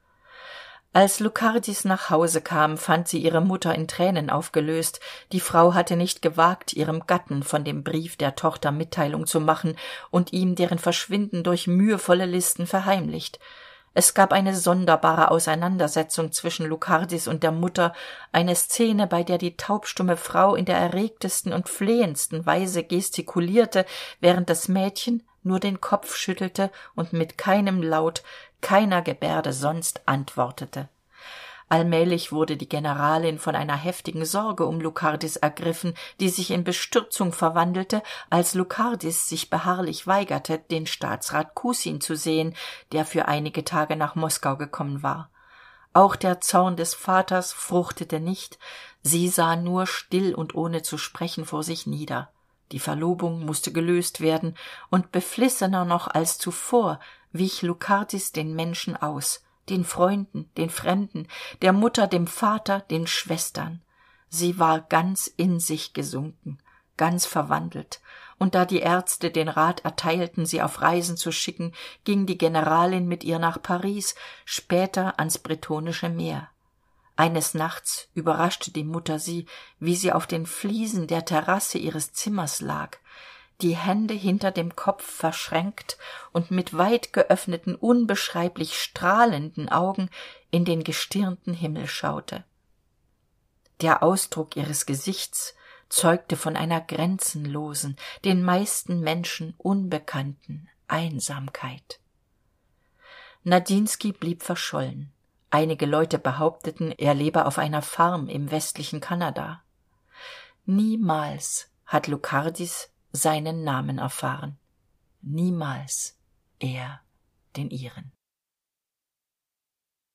Speaker 1: Als Lukardis nach Hause kam, fand sie ihre Mutter in Tränen aufgelöst. Die Frau hatte nicht gewagt, ihrem Gatten von dem Brief der Tochter Mitteilung zu machen und ihm deren Verschwinden durch mühevolle Listen verheimlicht. Es gab eine sonderbare Auseinandersetzung zwischen Lukardis und der Mutter, eine Szene, bei der die taubstumme Frau in der erregtesten und flehendsten Weise gestikulierte, während das Mädchen nur den Kopf schüttelte und mit keinem Laut, keiner Gebärde sonst antwortete. Allmählich wurde die Generalin von einer heftigen Sorge um Lukardis ergriffen, die sich in Bestürzung verwandelte, als Lukardis sich beharrlich weigerte, den Staatsrat Kusin zu sehen, der für einige Tage nach Moskau gekommen war. Auch der Zorn des Vaters fruchtete nicht, sie sah nur still und ohne zu sprechen vor sich nieder. Die Verlobung musste gelöst werden, und beflissener noch als zuvor wich Lukardis den Menschen aus, den Freunden, den Fremden, der Mutter, dem Vater, den Schwestern. Sie war ganz in sich gesunken. ganz verwandelt, und da die Ärzte den Rat erteilten, sie auf Reisen zu schicken, ging die Generalin mit ihr nach Paris, später ans Bretonische Meer. Eines Nachts überraschte die Mutter sie, wie sie auf den Fliesen der Terrasse ihres Zimmers lag, die Hände hinter dem Kopf verschränkt und mit weit geöffneten, unbeschreiblich strahlenden Augen in den gestirnten Himmel schaute. Der Ausdruck ihres Gesichts zeugte von einer grenzenlosen, den meisten Menschen unbekannten Einsamkeit. Nadinsky blieb verschollen. Einige Leute behaupteten, er lebe auf einer Farm im westlichen Kanada. Niemals hat Lukardis seinen Namen erfahren. Niemals er den ihren.